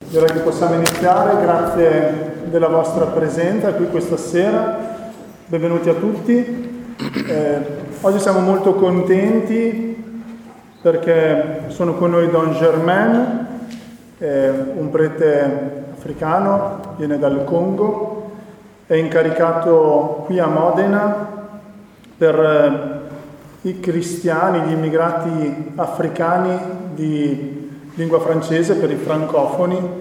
Direi che possiamo iniziare, grazie della vostra presenza qui questa sera, benvenuti a tutti. Oggi siamo molto contenti perché sono con noi Don Germain, un prete africano, viene dal Congo, è incaricato qui a Modena per i cristiani, gli immigrati africani di lingua francese, per i francofoni.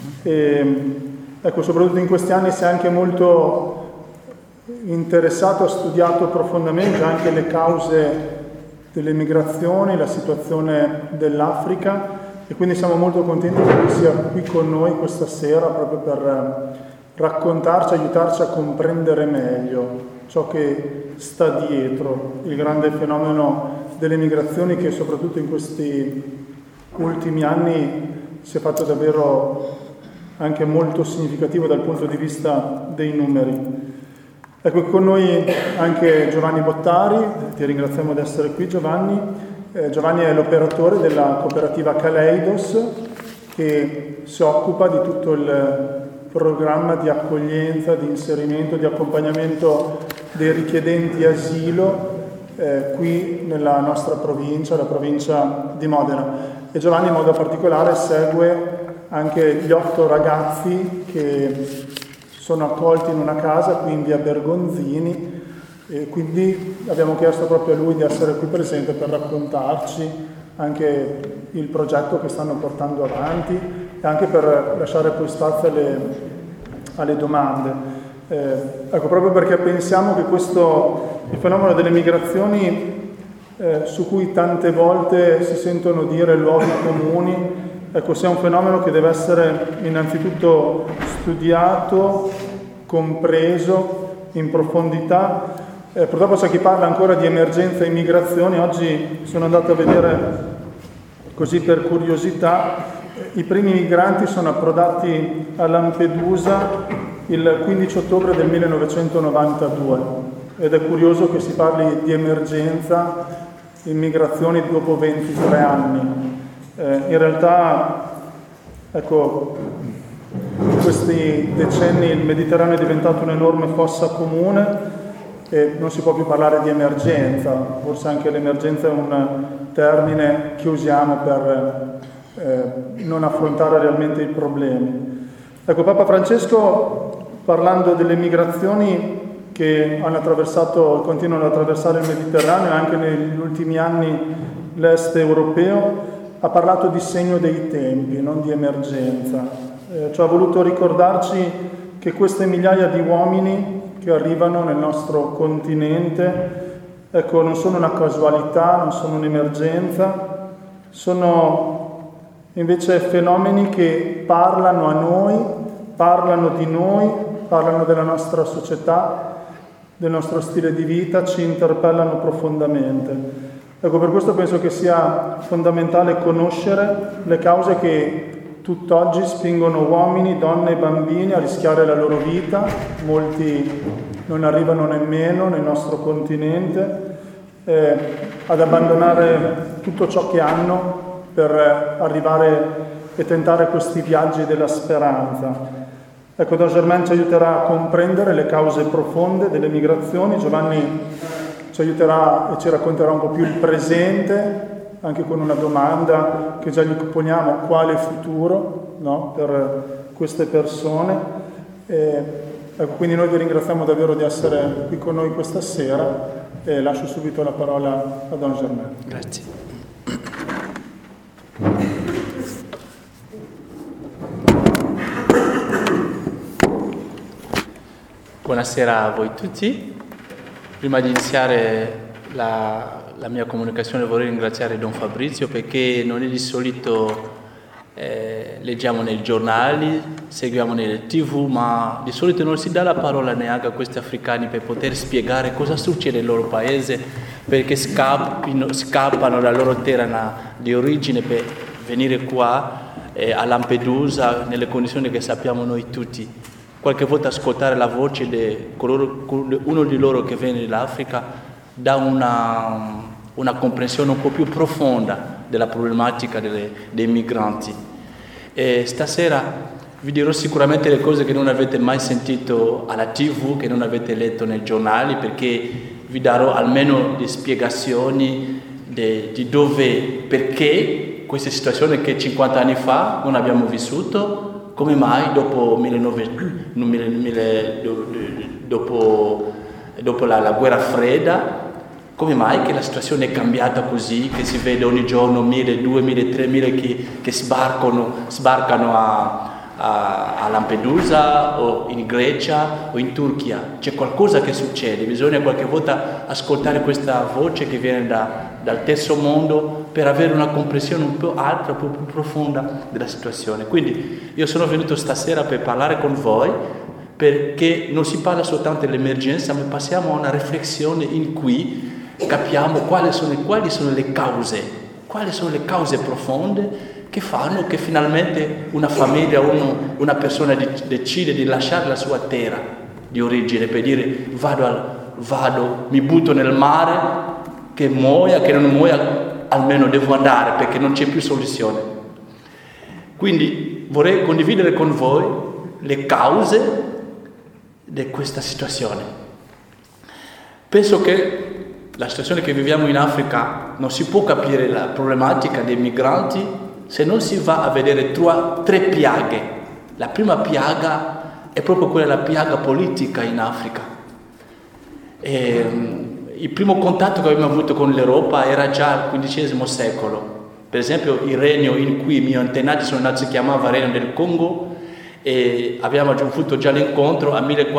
Ecco, soprattutto in questi anni si è anche molto interessato, ha studiato profondamente anche le cause delle migrazioni, la situazione dell'Africa, e quindi siamo molto contenti che lui sia qui con noi questa sera proprio per raccontarci, aiutarci a comprendere meglio ciò che sta dietro il grande fenomeno delle migrazioni, che soprattutto in questi ultimi anni si è fatto davvero anche molto significativo dal punto di vista dei numeri. Ecco, con noi anche Giovanni Bottari, ti ringraziamo di essere qui Giovanni. Giovanni è l'operatore della cooperativa Kaleidos, che si occupa di tutto il programma di accoglienza, di inserimento, di accompagnamento dei richiedenti asilo qui nella nostra provincia, la provincia di Modena. E Giovanni in modo particolare segue anche gli 8 ragazzi che sono accolti in una casa qui in via Bergonzini, e quindi abbiamo chiesto proprio a lui di essere qui presente per raccontarci anche il progetto che stanno portando avanti e anche per lasciare poi spazio alle domande. Ecco, proprio perché pensiamo che il fenomeno delle migrazioni, su cui tante volte si sentono dire luoghi comuni, ecco, sia un fenomeno che deve essere innanzitutto studiato, compreso in profondità. Purtroppo c'è chi parla ancora di emergenza immigrazioni. Oggi sono andato a vedere, così per curiosità, i primi migranti sono approdati a Lampedusa il 15 ottobre del 1992 ed è curioso che si parli di emergenza immigrazioni dopo 23 anni. In realtà, ecco, in questi decenni il Mediterraneo è diventato un'enorme fossa comune e non si può più parlare di emergenza, forse anche l'emergenza è un termine che usiamo per non affrontare realmente i problemi. Ecco, Papa Francesco, parlando delle migrazioni che continuano ad attraversare il Mediterraneo e anche negli ultimi anni l'est europeo, ha parlato di segno dei tempi, non di emergenza. Cioè ha voluto ricordarci che queste migliaia di uomini che arrivano nel nostro continente, ecco, non sono una casualità, non sono un'emergenza, sono invece fenomeni che parlano a noi, parlano di noi, parlano della nostra società, del nostro stile di vita, ci interpellano profondamente. Ecco, per questo penso che sia fondamentale conoscere le cause che tutt'oggi spingono uomini, donne e bambini a rischiare la loro vita. Molti non arrivano nemmeno nel nostro continente, ad abbandonare tutto ciò che hanno per arrivare e tentare questi viaggi della speranza. Ecco, Don Germain ci aiuterà a comprendere le cause profonde delle migrazioni. Giovanni ci aiuterà e ci racconterà un po' più il presente, anche con una domanda che già gli poniamo: quale futuro, no, per queste persone? Ecco, quindi noi vi ringraziamo davvero di essere qui con noi questa sera e lascio subito la parola a Don Germain. Grazie. Buonasera a voi tutti. Prima di iniziare la mia comunicazione vorrei ringraziare Don Fabrizio, perché non è di solito leggiamo nei giornali, seguiamo nelle TV, ma di solito non si dà la parola neanche a questi africani per poter spiegare cosa succede nel loro paese, perché scappano dalla loro terra di origine per venire qua a Lampedusa nelle condizioni che sappiamo noi tutti. Qualche volta ascoltare la voce di uno di loro che viene dall'Africa dà una comprensione un po' più profonda della problematica dei migranti. E stasera vi dirò sicuramente le cose che non avete mai sentito alla TV, che non avete letto nei giornali, perché vi darò almeno le spiegazioni di dove, perché questa situazione che 50 anni fa non abbiamo vissuto, come mai dopo la guerra fredda, come mai che la situazione è cambiata così, che si vede ogni giorno 1.000, 2.000, 3.000 che sbarcano a Lampedusa o in Grecia o in Turchia. C'è qualcosa che succede, bisogna qualche volta ascoltare questa voce che viene dal terzo mondo per avere una comprensione un po' alta, un po' più profonda della situazione. Quindi io sono venuto stasera per parlare con voi, perché non si parla soltanto dell'emergenza, ma passiamo a una riflessione in cui capiamo quali sono le cause profonde che fanno che finalmente una famiglia, una persona decide di lasciare la sua terra di origine per dire vado, mi butto nel mare, che muoia, che non muoia, almeno devo andare perché non c'è più soluzione. Quindi vorrei condividere con voi le cause di questa situazione. Penso che la situazione che viviamo in Africa non si può capire la problematica dei migranti se non si va a vedere tre piaghe. La prima piaga è proprio quella, la piaga politica in Africa. Il primo contatto che abbiamo avuto con l'Europa era già al XV secolo. Per esempio il regno in cui i miei antenati sono nati si chiamava Regno del Congo, e abbiamo avuto già l'incontro a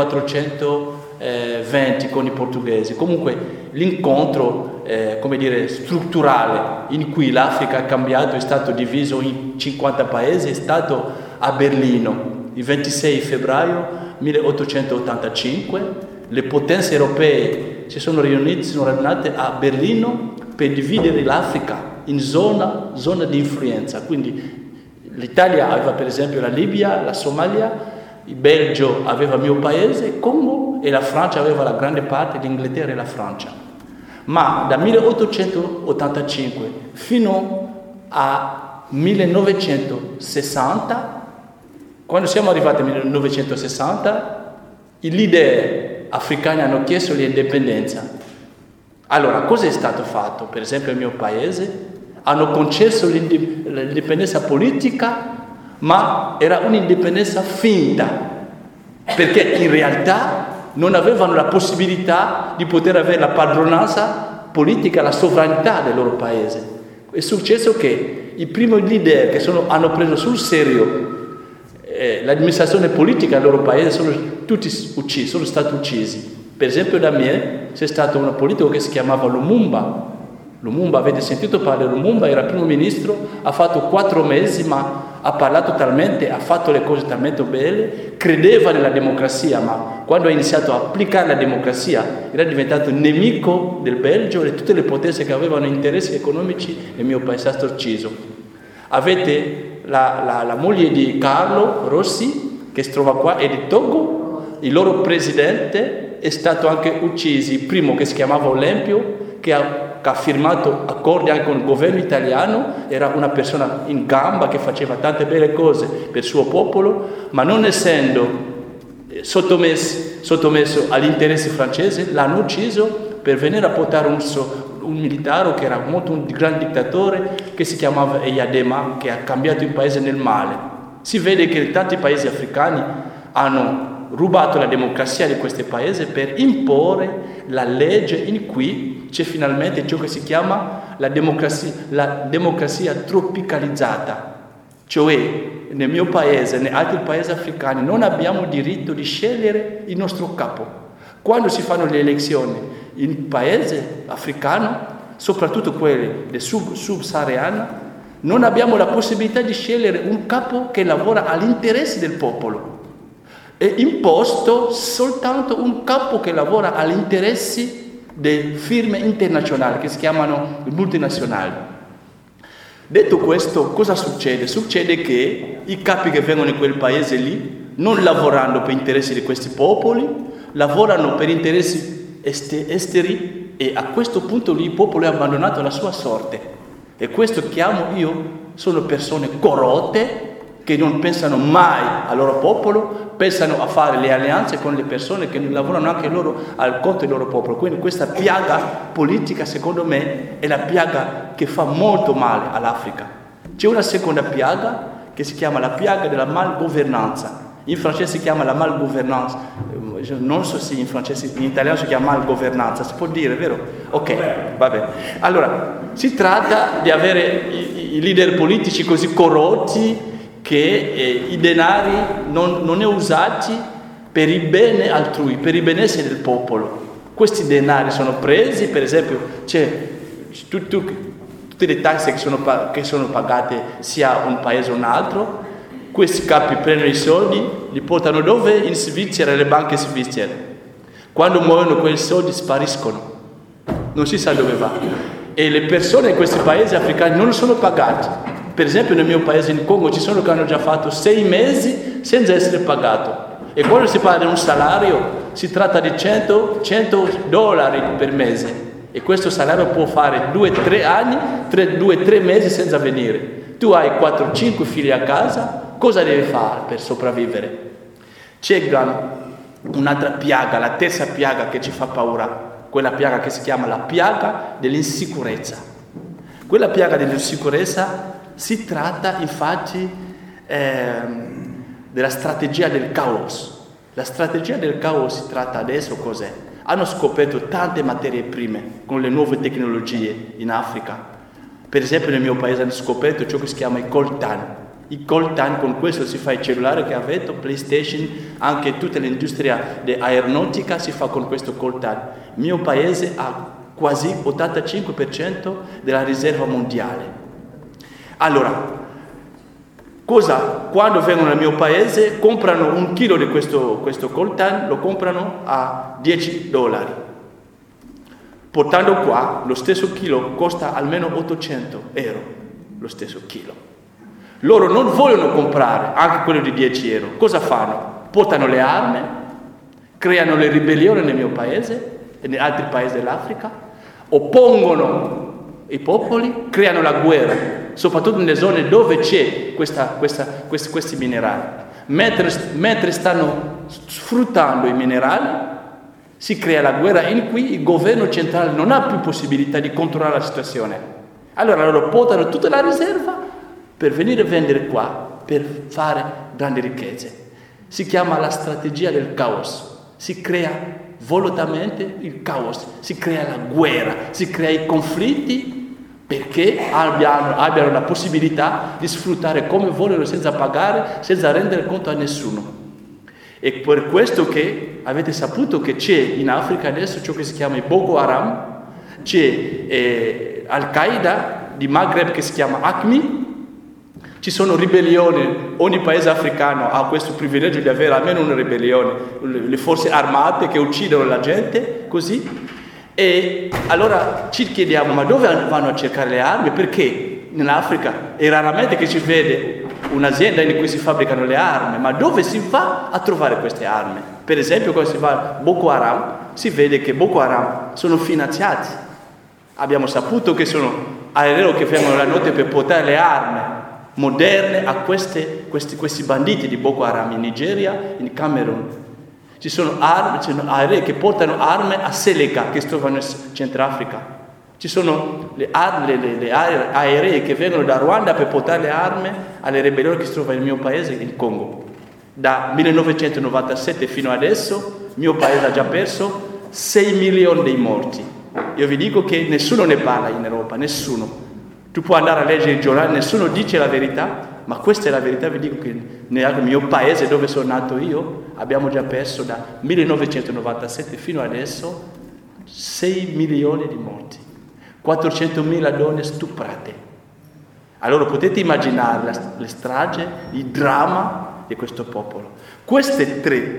1420 con i portoghesi. Comunque l'incontro strutturale in cui l'Africa è cambiato, è stato diviso in 50 paesi, è stato a Berlino il 26 febbraio 1885. Le potenze europee si sono radunate a Berlino per dividere l'Africa in zona di influenza. Quindi l'Italia aveva per esempio la Libia, la Somalia, il Belgio aveva il mio paese, il Congo, e la Francia aveva la grande parte, l'Inghilterra e la Francia. Ma da 1885 fino a 1960, quando siamo arrivati al 1960, i leader africani hanno chiesto l'indipendenza. Allora, cosa è stato fatto? Per esempio nel mio paese hanno concesso l'indipendenza politica, ma era un'indipendenza finta, perché in realtà non avevano la possibilità di poter avere la padronanza politica, la sovranità del loro paese. È successo che i primi leader che hanno preso sul serio l'amministrazione politica del loro paese sono stati uccisi. Per esempio da me c'è stato un politico che si chiamava Lumumba. Lumumba, avete sentito parlare di Lumumba? Era primo ministro, ha fatto 4 mesi, ma ha fatto le cose talmente belle, credeva nella democrazia, ma quando ha iniziato a applicare la democrazia era diventato nemico del Belgio e tutte le potenze che avevano interessi economici nel mio paese. È stato ucciso. Avete la moglie di Carlo Rossi, che si trova qua, e di Togo, il loro presidente è stato anche ucciso, il primo che si chiamava Olimpio, che ha firmato accordi anche con il governo italiano, era una persona in gamba che faceva tante belle cose per il suo popolo, ma non essendo sottomesso agli interessi francesi, l'hanno ucciso per venire a portare un militare che era un grande dittatore, che si chiamava Eyadema, che ha cambiato il paese nel male. Si vede che tanti paesi africani hanno rubato la democrazia di questi paesi per imporre la legge in cui c'è finalmente ciò che si chiama la democrazia tropicalizzata. Cioè, nel mio paese, in altri paesi africani, non abbiamo il diritto di scegliere il nostro capo. Quando si fanno le elezioni in paese africano, soprattutto quelli del sub-sahariano, non abbiamo la possibilità di scegliere un capo che lavora agli interessi del popolo. È imposto soltanto un capo che lavora agli interessi delle firme internazionali che si chiamano multinazionali. Detto questo, cosa succede? Succede che i capi che vengono in quel paese lì, non lavorando per interessi di questi popoli, lavorano per interessi esteri, e a questo punto lì il popolo è abbandonato alla sua sorte. E questo chiamo io, sono persone corrotte che non pensano mai al loro popolo, pensano a fare le alleanze con le persone che lavorano anche loro al conto del loro popolo. Quindi questa piaga politica, secondo me, è la piaga che fa molto male all'Africa. C'è una seconda piaga che si chiama la piaga della malgovernanza. In francese si chiama la malgovernance, non so se in francese, in italiano si chiama malgovernanza, si può dire, vero? Ok, va bene. Allora, si tratta di avere i leader politici così corrotti che i denari non è usati per il bene altrui, per il benessere del popolo. Questi denari sono presi, per esempio, c'è tutte le tasse che sono pagate sia un paese o un altro. Questi capi prendono i soldi, li portano dove? In Svizzera, le banche svizzere. Quando muoiono quei soldi spariscono, non si sa dove va. E le persone in questi paesi africani non sono pagate. Per esempio nel mio paese, in Congo, ci sono che hanno già fatto 6 mesi senza essere pagato. E quando si parla di un salario, si tratta di $100 per mese. E questo salario può fare 2-3 anni, 2-3 mesi senza venire. Tu hai 4-5 figli a casa, cosa devi fare per sopravvivere? C'è un'altra piaga, la terza piaga che ci fa paura, quella piaga che si chiama la piaga dell'insicurezza. Quella piaga dell'insicurezza si tratta infatti della strategia del caos. La strategia del caos si tratta adesso cos'è? Hanno scoperto tante materie prime con le nuove tecnologie in Africa. Per esempio nel mio paese hanno scoperto ciò che si chiama i coltan. I coltan, con questo si fa il cellulare che avete, PlayStation, anche tutta l'industria dell'aeronautica si fa con questo coltan. Il mio paese ha quasi 85% della riserva mondiale. Allora, quando vengono nel mio paese, comprano 1 chilo di questo coltan, lo comprano a $10. Portando qua, lo stesso chilo costa almeno €800, lo stesso chilo. Loro non vogliono comprare anche quello di €10. Cosa fanno? Portano le armi, creano le ribellioni nel mio paese e in altri paesi dell'Africa, oppongono i popoli, creano la guerra, soprattutto nelle zone dove c'è questi minerali. Mentre stanno sfruttando i minerali, si crea la guerra in cui il governo centrale non ha più possibilità di controllare la situazione. Allora loro portano tutta la riserva per venire a vendere qua, per fare grandi ricchezze. Si chiama la strategia del caos. Si crea volutamente il caos, si crea la guerra, si crea i conflitti perché abbiano la possibilità di sfruttare come vogliono senza pagare, senza rendere conto a nessuno. E per questo che avete saputo che c'è in Africa adesso ciò che si chiama il Boko Haram, c'è Al-Qaeda di Maghreb che si chiama AQMI, ci sono ribellioni, ogni paese africano ha questo privilegio di avere almeno una ribellione, le forze armate che uccidono la gente, così. E allora ci chiediamo, ma dove vanno a cercare le armi? Perché in Africa è raramente che si vede un'azienda in cui si fabbricano le armi, ma dove si va a trovare queste armi? Per esempio quando si va a Boko Haram, si vede che Boko Haram sono finanziati. Abbiamo saputo che sono aerei che vengono la notte per portare le armi moderne a questi banditi di Boko Haram in Nigeria, in Camerun. Ci sono aerei che portano armi a Selega, che si trova nel Centrafrica. Ci sono le aerei che vengono da Ruanda per portare le armi alle ribellioni che si trovano nel mio paese, il Congo. Da 1997 fino adesso, il mio paese ha già perso 6 milioni di morti. Io vi dico che nessuno ne parla in Europa, nessuno. Tu puoi andare a leggere il giornale, nessuno dice la verità, ma questa è la verità. Vi dico che nel mio paese dove sono nato io abbiamo già perso da 1997 fino adesso 6 milioni di morti, 400.000 donne stuprate. Allora potete immaginare le strage, il dramma di questo popolo. Questi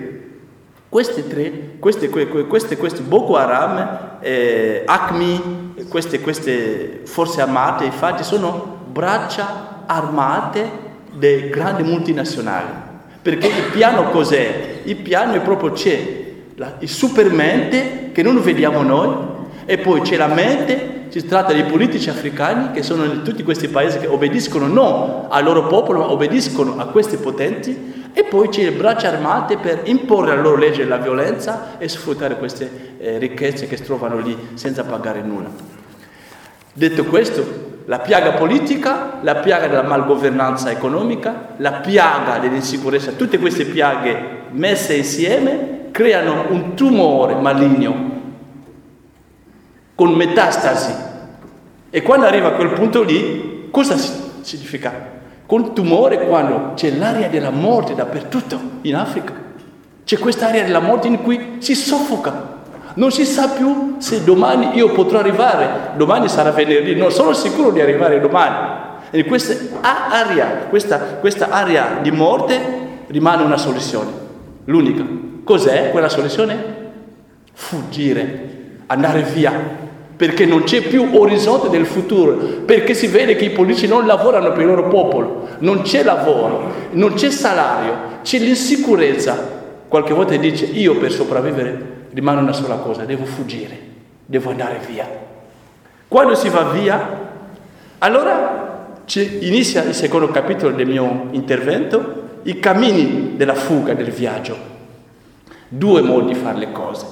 Boko Haram, AQMI, queste forze armate, infatti sono braccia armate dei grandi multinazionali. Perché il piano cos'è? Il piano è proprio c'è il supermente che non vediamo noi e poi c'è la mente si tratta di politici africani che sono in tutti questi paesi che obbediscono non al loro popolo, ma obbediscono a questi potenti, e poi c'è le braccia armate per imporre la loro legge la violenza e sfruttare queste ricchezze che si trovano lì senza pagare nulla. Detto questo, la piaga politica, la piaga della malgovernanza economica, la piaga dell'insicurezza, tutte queste piaghe messe insieme creano un tumore maligno con metastasi. E quando arriva a quel punto lì, cosa significa? Col tumore, quando c'è l'aria della morte dappertutto in Africa, c'è questa area della morte in cui si soffoca. Non si sa più se domani io potrò arrivare, domani sarà venerdì, non sono sicuro di arrivare domani. E in questa area di morte rimane una soluzione, l'unica. Cos'è quella soluzione? Fuggire, andare via, perché non c'è più orizzonte del futuro, perché si vede che i politici non lavorano per il loro popolo, non c'è lavoro, non c'è salario, c'è l'insicurezza. Qualche volta dice, io per sopravvivere rimane una sola cosa, devo fuggire, devo andare via. Quando si va via, allora inizia il secondo capitolo del mio intervento, i cammini della fuga, del viaggio. 2 modi di fare le cose.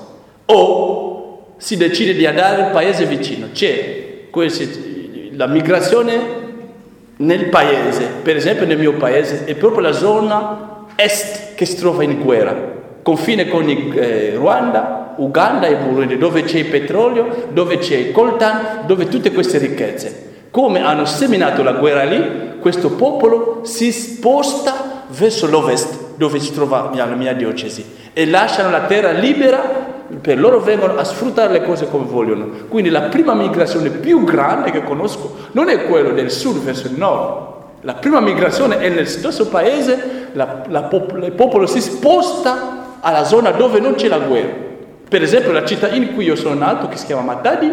O si decide di andare al paese vicino, c'è la migrazione nel paese, per esempio nel mio paese, è proprio la zona est che si trova in guerra. Confine con il Ruanda, Uganda e Burundi, dove c'è il petrolio, dove c'è il coltan, dove tutte queste ricchezze. Come hanno seminato la guerra lì, questo popolo si sposta verso l'ovest, dove si trova la mia diocesi, e lasciano la terra libera, per loro vengono a sfruttare le cose come vogliono. Quindi la prima migrazione più grande che conosco non è quella del sud verso il nord. La prima migrazione è nel stesso paese, il popolo si sposta alla zona dove non c'è la guerra. Per esempio la città in cui io sono nato, che si chiama Matadi,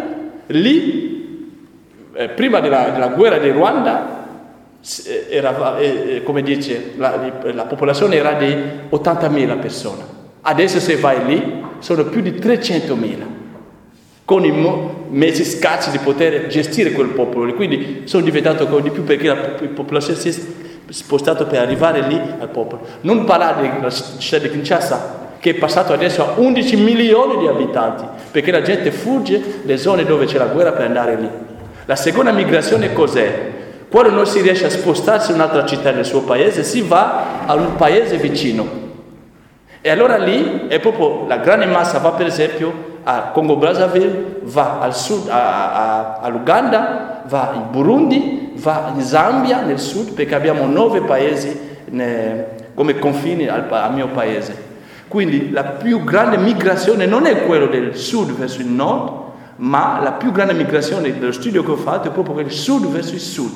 lì, prima della guerra del Ruanda, era, come dice, la popolazione era di 80.000 persone. Adesso se vai lì, sono più di 300.000, con i mezzi scarsi di poter gestire quel popolo. Quindi sono diventato di più perché la popolazione si è spostato per arrivare lì al popolo. Non parlare della città di Kinshasa, che è passato adesso a 11 milioni di abitanti, perché la gente fugge le zone dove c'è la guerra per andare lì. La seconda migrazione cos'è? Quando non si riesce a spostarsi in un'altra città del suo paese, si va a un paese vicino. E allora lì è proprio la grande massa, va per esempio a Congo Brazzaville, va al sud, all'Uganda, va in Burundi, va in Zambia nel sud, perché abbiamo 9 paesi come confini al mio paese. Quindi la più grande migrazione non è quella del sud verso il nord, ma la più grande migrazione dello studio che ho fatto è proprio del sud verso il sud.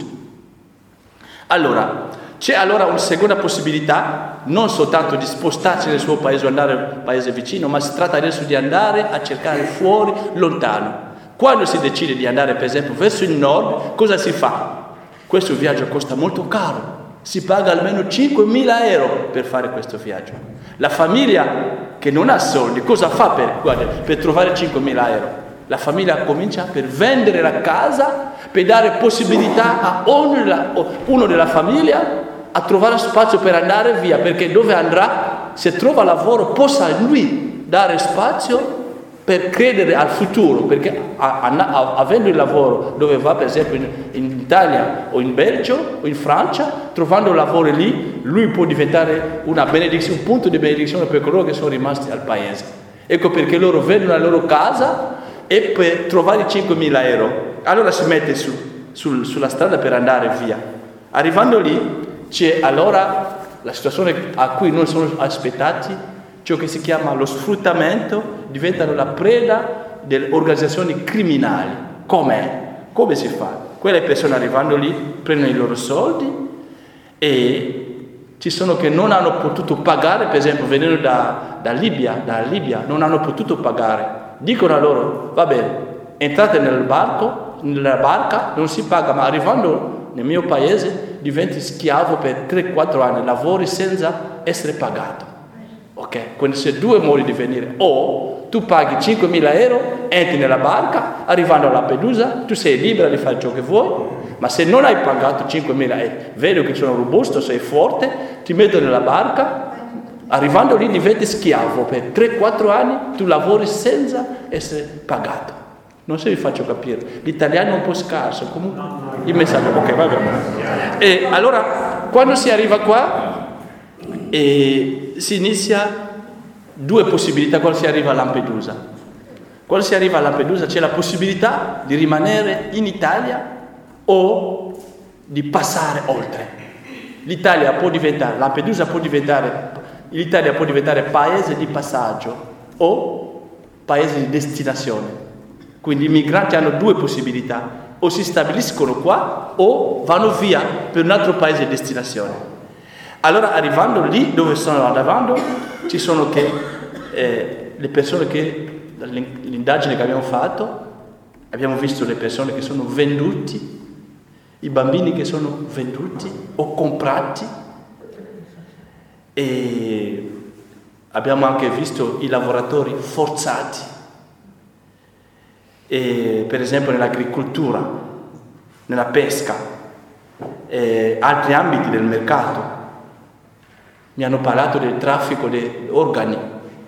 Allora, c'è una seconda possibilità, non soltanto di spostarsi nel suo paese o andare al paese vicino, ma si tratta adesso di andare a cercare fuori, lontano. Quando si decide di andare, per esempio, verso il nord, cosa si fa? Questo viaggio costa molto caro, si paga almeno 5.000 euro per fare questo viaggio. La famiglia che non ha soldi, cosa fa per trovare 5.000 euro? La famiglia comincia per vendere la casa, per dare possibilità a uno della famiglia a trovare spazio per andare via, perché dove andrà, se trova lavoro, possa lui dare spazio per credere al futuro, perché avendo il lavoro dove va, per esempio in Italia o in Belgio o in Francia, trovando lavoro lì, lui può diventare un punto di benedizione per coloro che sono rimasti al paese. Ecco perché loro vendono la loro casa e per trovare 5.000 euro, allora si mette sulla strada per andare via. Arrivando lì c'è allora la situazione a cui noi siamo aspettati, ciò che si chiama lo sfruttamento, diventano la preda delle organizzazioni criminali. Com'è? Come si fa? Quelle persone arrivando lì prendono i loro soldi e ci sono che non hanno potuto pagare, per esempio venendo dalla Libia, non hanno potuto pagare. Dicono a loro, va bene, entrate nella barca, non si paga, ma arrivando nel mio paese diventi schiavo per 3-4 anni, lavori senza essere pagato. Ok? Quindi c'è 2 modi di venire, o tu paghi 5.000 euro, entri nella barca, arrivando a Lampedusa, tu sei libera di fare ciò che vuoi, ma se non hai pagato 5.000 euro, vedo che sono robusto, sei forte, ti metto nella barca, arrivando lì diventi schiavo, per 3-4 anni tu lavori senza essere pagato. Non so se vi faccio capire, l'italiano è un po' scarso, comunque il messaggio, ok, va bene. E allora, quando si arriva qua, si inizia 2 possibilità quando si arriva a Lampedusa. Quando si arriva a Lampedusa c'è la possibilità di rimanere in Italia o di passare oltre. L'Italia può diventare, Lampedusa può diventare, l'Italia può diventare paese di passaggio o paese di destinazione. Quindi i migranti hanno 2 possibilità, o si stabiliscono qua o vanno via per un altro paese di destinazione. Allora, arrivando lì dove stanno arrivando, ci sono che le persone che, l'indagine che abbiamo fatto, abbiamo visto le persone che sono venduti, i bambini che sono venduti o comprati, e abbiamo anche visto i lavoratori forzati, per esempio nell'agricoltura, nella pesca, altri ambiti del mercato. Mi hanno parlato del traffico di organi.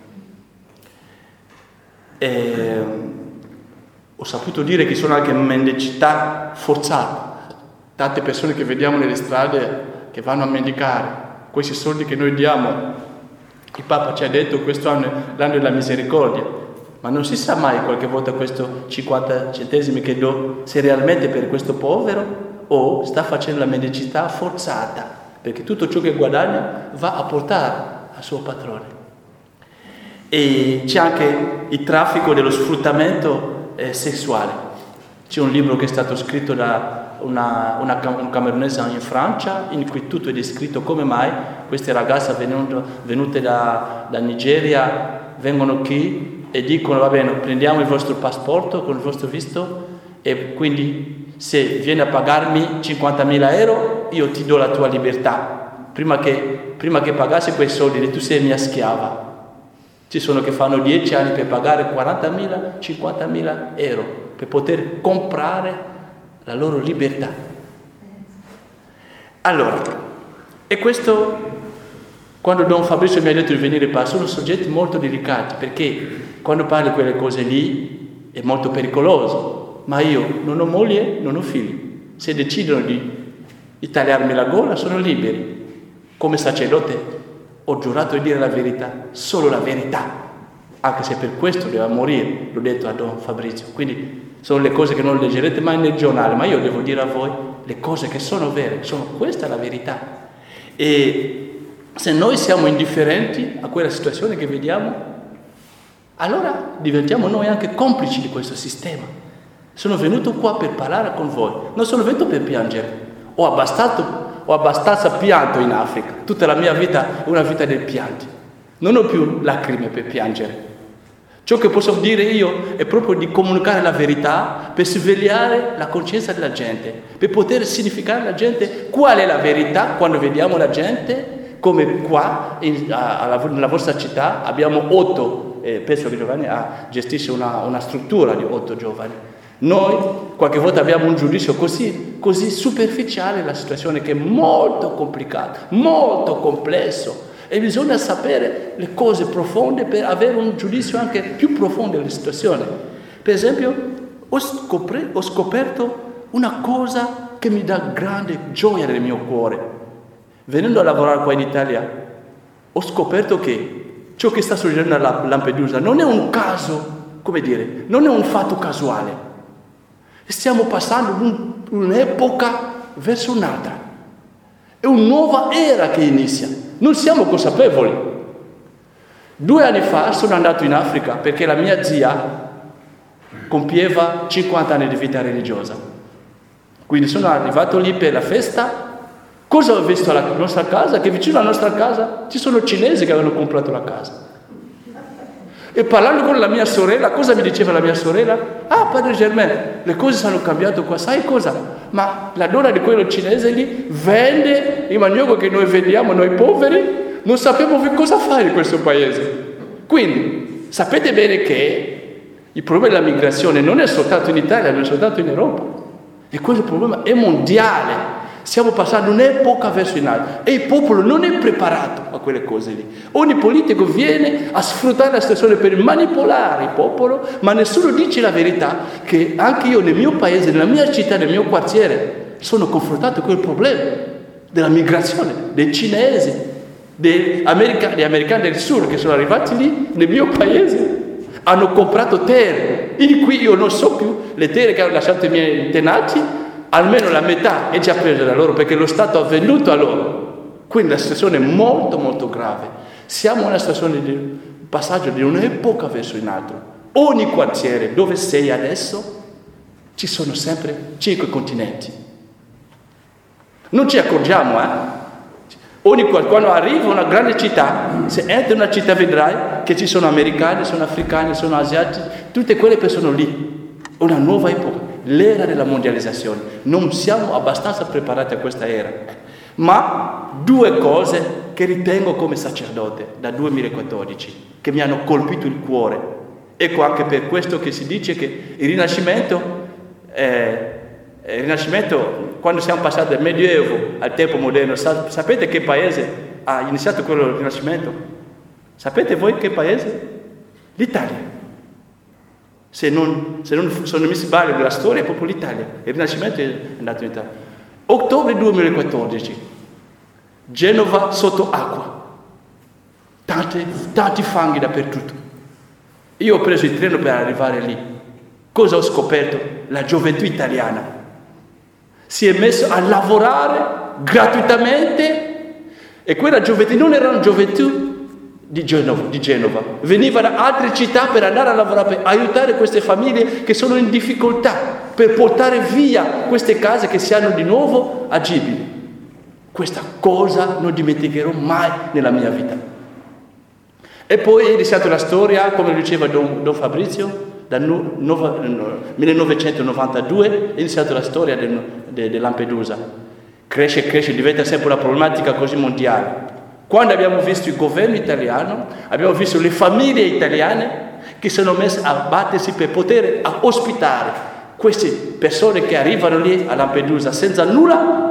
Ho saputo dire che sono anche mendicità forzate. Tante persone che vediamo nelle strade che vanno a mendicare. Questi soldi che noi diamo, il Papa ci ha detto questo anno è l'anno della misericordia, ma non si sa mai qualche volta questo 50 centesimi che do se realmente per questo povero o sta facendo la mendicità forzata, perché tutto ciò che guadagna va a portare al suo padrone. E c'è anche il traffico dello sfruttamento sessuale. C'è un libro che è stato scritto da un camerunese in Francia, in cui tutto è descritto come mai queste ragazze venute da Nigeria vengono qui e dicono: va bene, prendiamo il vostro passaporto con il vostro visto e quindi se vieni a pagarmi 50.000 euro io ti do la tua libertà. Prima che pagassi quei soldi tu sei mia schiava. Ci sono che fanno 10 anni per pagare 40.000, 50.000 euro per poter comprare la loro libertà. Allora, e questo, quando Don Fabrizio mi ha detto di venire qua, sono soggetti molto delicati, perché quando parli quelle cose lì è molto pericoloso. Ma io non ho moglie, non ho figli. Se decidono di tagliarmi la gola, sono liberi. Come sacerdote ho giurato di dire la verità, solo la verità, anche se per questo doveva morire, l'ho detto a Don Fabrizio. Quindi sono le cose che non leggerete mai nel giornale, ma io devo dire a voi le cose che sono vere, questa è la verità. E se noi siamo indifferenti a quella situazione che vediamo, allora diventiamo noi anche complici di questo sistema. Sono venuto qua per parlare con voi, non sono venuto per piangere. Ho abbastanza pianto in Africa, tutta la mia vita è una vita del pianto. Non ho più lacrime per piangere. Ciò che posso dire io è proprio di comunicare la verità per svegliare la coscienza della gente, per poter significare alla gente qual è la verità quando vediamo la gente, come qua nella vostra città abbiamo 8, penso che Giovanni gestisce una struttura di 8 giovani. Noi qualche volta abbiamo un giudizio così superficiale della situazione, che è molto complicata, molto complesso, e bisogna sapere le cose profonde per avere un giudizio anche più profondo della situazione. Per esempio, ho scoperto una cosa che mi dà grande gioia nel mio cuore. Venendo a lavorare qua in Italia, ho scoperto che ciò che sta succedendo a Lampedusa non è un caso, non è un fatto casuale. Stiamo passando un'epoca verso un'altra. È una nuova era che inizia. Non siamo consapevoli. 2 anni fa sono andato in Africa perché la mia zia compieva 50 anni di vita religiosa. Quindi sono arrivato lì per la festa. Cosa ho visto alla nostra casa? Che vicino alla nostra casa ci sono cinesi che avevano comprato la casa. E parlando con la mia sorella, cosa mi diceva la mia sorella? Padre Germain, le cose sono cambiate qua, sai cosa? Ma la donna di quello cinese lì vende il manioco che noi vendiamo, noi poveri, non sappiamo cosa fare in questo paese. Quindi, sapete bene che il problema della migrazione non è soltanto in Italia, non è soltanto in Europa. E questo problema è mondiale. Stiamo passando un'epoca verso un'altra e il popolo non è preparato a quelle cose lì. Ogni politico viene a sfruttare la situazione per manipolare il popolo, ma nessuno dice la verità, che anche io nel mio paese, nella mia città, nel mio quartiere, sono confrontato con il problema della migrazione, dei cinesi, degli americani del sud che sono arrivati lì nel mio paese. Hanno comprato terre, in cui io non so più le terre che hanno lasciato i miei tenati, almeno la metà è già presa da loro perché lo Stato ha venduto a loro. Quindi la situazione è molto molto grave. Siamo in una situazione di passaggio di un'epoca verso un'altra. Ogni quartiere dove sei adesso ci sono sempre 5 continenti. Non ci accorgiamo, quando arriva a una grande città, se entri in una città vedrai che ci sono americani, sono africani, sono asiatici, tutte quelle persone lì. Una nuova epoca, l'era della mondializzazione. Non siamo abbastanza preparati a questa era. Ma 2 cose che ritengo come sacerdote da 2014, che mi hanno colpito il cuore. Ecco anche per questo che si dice che il Rinascimento, quando siamo passati dal Medioevo al tempo moderno, sapete che paese ha iniziato quello del Rinascimento? Sapete voi che paese? L'Italia. Se non mi sbaglio della storia, è proprio l'Italia. Il Rinascimento è andato in Italia. Ottobre 2014, Genova sotto acqua. Tanti fanghi dappertutto. Io ho preso il treno per arrivare lì. Cosa ho scoperto? La gioventù italiana si è messa a lavorare gratuitamente e quella gioventù non era una gioventù di Genova, veniva da altre città per andare a lavorare, per aiutare queste famiglie che sono in difficoltà, per portare via queste case che siano di nuovo agibili. Questa cosa non dimenticherò mai nella mia vita. E poi è iniziata la storia, come diceva Don Fabrizio, dal 1992 è iniziata la storia di Lampedusa. Cresce, diventa sempre una problematica così mondiale. Quando abbiamo visto il governo italiano, abbiamo visto le famiglie italiane che sono messe a battersi per poter ospitare queste persone che arrivano lì a Lampedusa senza nulla.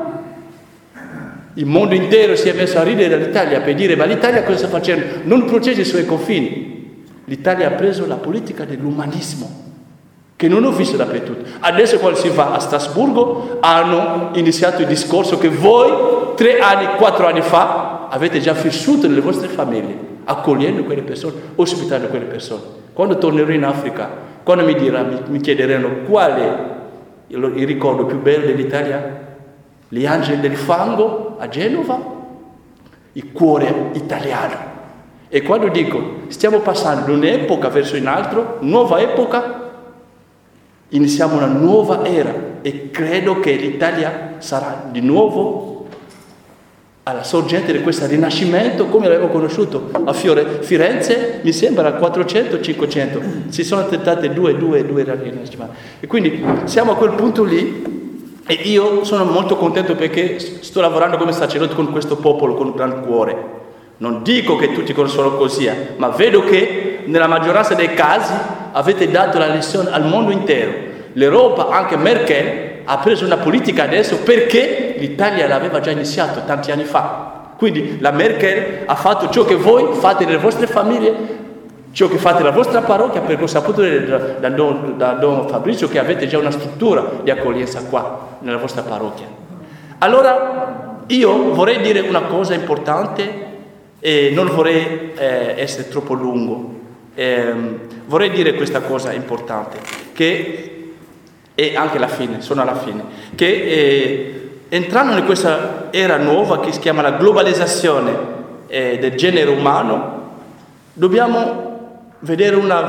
Il mondo intero si è messo a ridere dall'Italia per dire: ma l'Italia cosa sta facendo? Non protegge i suoi confini. L'Italia ha preso la politica dell'umanismo, che non ho visto dappertutto. Adesso quando si va a Strasburgo hanno iniziato il discorso che voi 4 anni fa avete già vissuto nelle vostre famiglie, accogliendo quelle persone, ospitando quelle persone. Quando tornerò in Africa, quando mi chiederanno qual è il ricordo più bello dell'Italia, gli angeli del fango a Genova, il cuore italiano. E quando dico stiamo passando da un'epoca verso un'altra, nuova epoca, iniziamo una nuova era e credo che l'Italia sarà di nuovo alla sorgente di questo rinascimento come l'avevo conosciuto a Firenze, mi sembra 400-500, si sono tentate due rinascimenti. E quindi siamo a quel punto lì e io sono molto contento perché sto lavorando come sacerdote con questo popolo con un gran cuore. Non dico che tutti sono così, ma vedo che nella maggioranza dei casi avete dato la lezione al mondo intero. L'Europa, anche Merkel, ha preso una politica adesso perché l'Italia l'aveva già iniziato tanti anni fa. Quindi la Merkel ha fatto ciò che voi fate nelle vostre famiglie, ciò che fate nella vostra parrocchia, perché ho saputo da Don Fabrizio che avete già una struttura di accoglienza qua, nella vostra parrocchia. Allora, io vorrei dire una cosa importante e non vorrei essere troppo lungo. Vorrei dire questa cosa importante, che e anche sono alla fine, che entrando in questa era nuova che si chiama la globalizzazione del genere umano, dobbiamo vedere una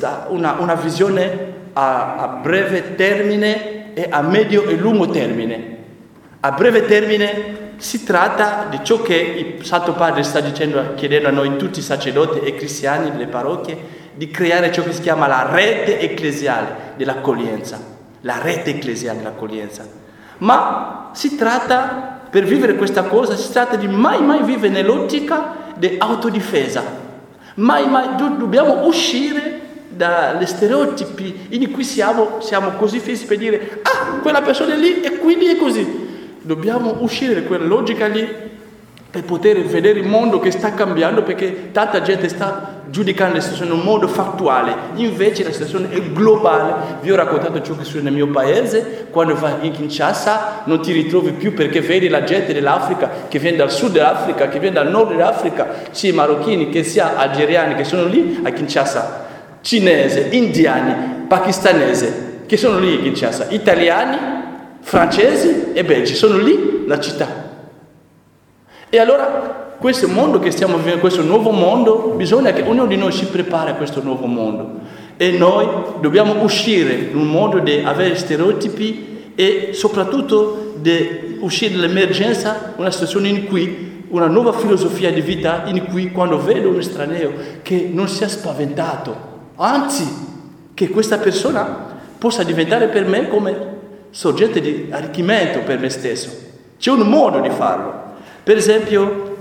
visione a breve termine e a medio e lungo termine. A breve termine si tratta di ciò che il Santo Padre sta chiedendo a noi tutti i sacerdoti e cristiani delle parrocchie, di creare ciò che si chiama la rete ecclesiale dell'accoglienza. La rete ecclesiale dell'accoglienza. Ma si tratta, per vivere questa cosa, si tratta di mai vivere nell'ottica di autodifesa, Mai, dobbiamo uscire dagli stereotipi in cui siamo così fissi per dire quella persona è lì e quindi è così. Dobbiamo uscire da quella logica lì per poter vedere il mondo che sta cambiando, perché tanta gente sta giudicando la situazione in un modo fattuale, invece la situazione è globale. Vi ho raccontato ciò che succede nel mio paese: quando vai in Kinshasa non ti ritrovi più, perché vedi la gente dell'Africa che viene dal sud dell'Africa, che viene dal nord dell'Africa, sia marocchini che sia algeriani che sono lì a Kinshasa, cinese, indiani, pakistanese che sono lì a Kinshasa, italiani, francesi e belgi sono lì nella città. E allora questo mondo che stiamo vivendo, questo nuovo mondo, bisogna che ognuno di noi si prepari a questo nuovo mondo, e noi dobbiamo uscire da un mondo di avere stereotipi e soprattutto di uscire dall'emergenza, una situazione in cui una nuova filosofia di vita, in cui quando vedo un straniero che non sia spaventato, anzi che questa persona possa diventare per me come soggetto di arricchimento per me stesso. C'è un modo di farlo. Per esempio,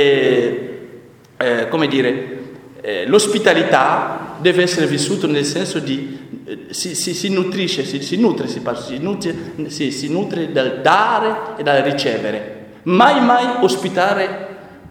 l'ospitalità deve essere vissuta nel senso di si nutre dal dare e dal ricevere. Mai ospitare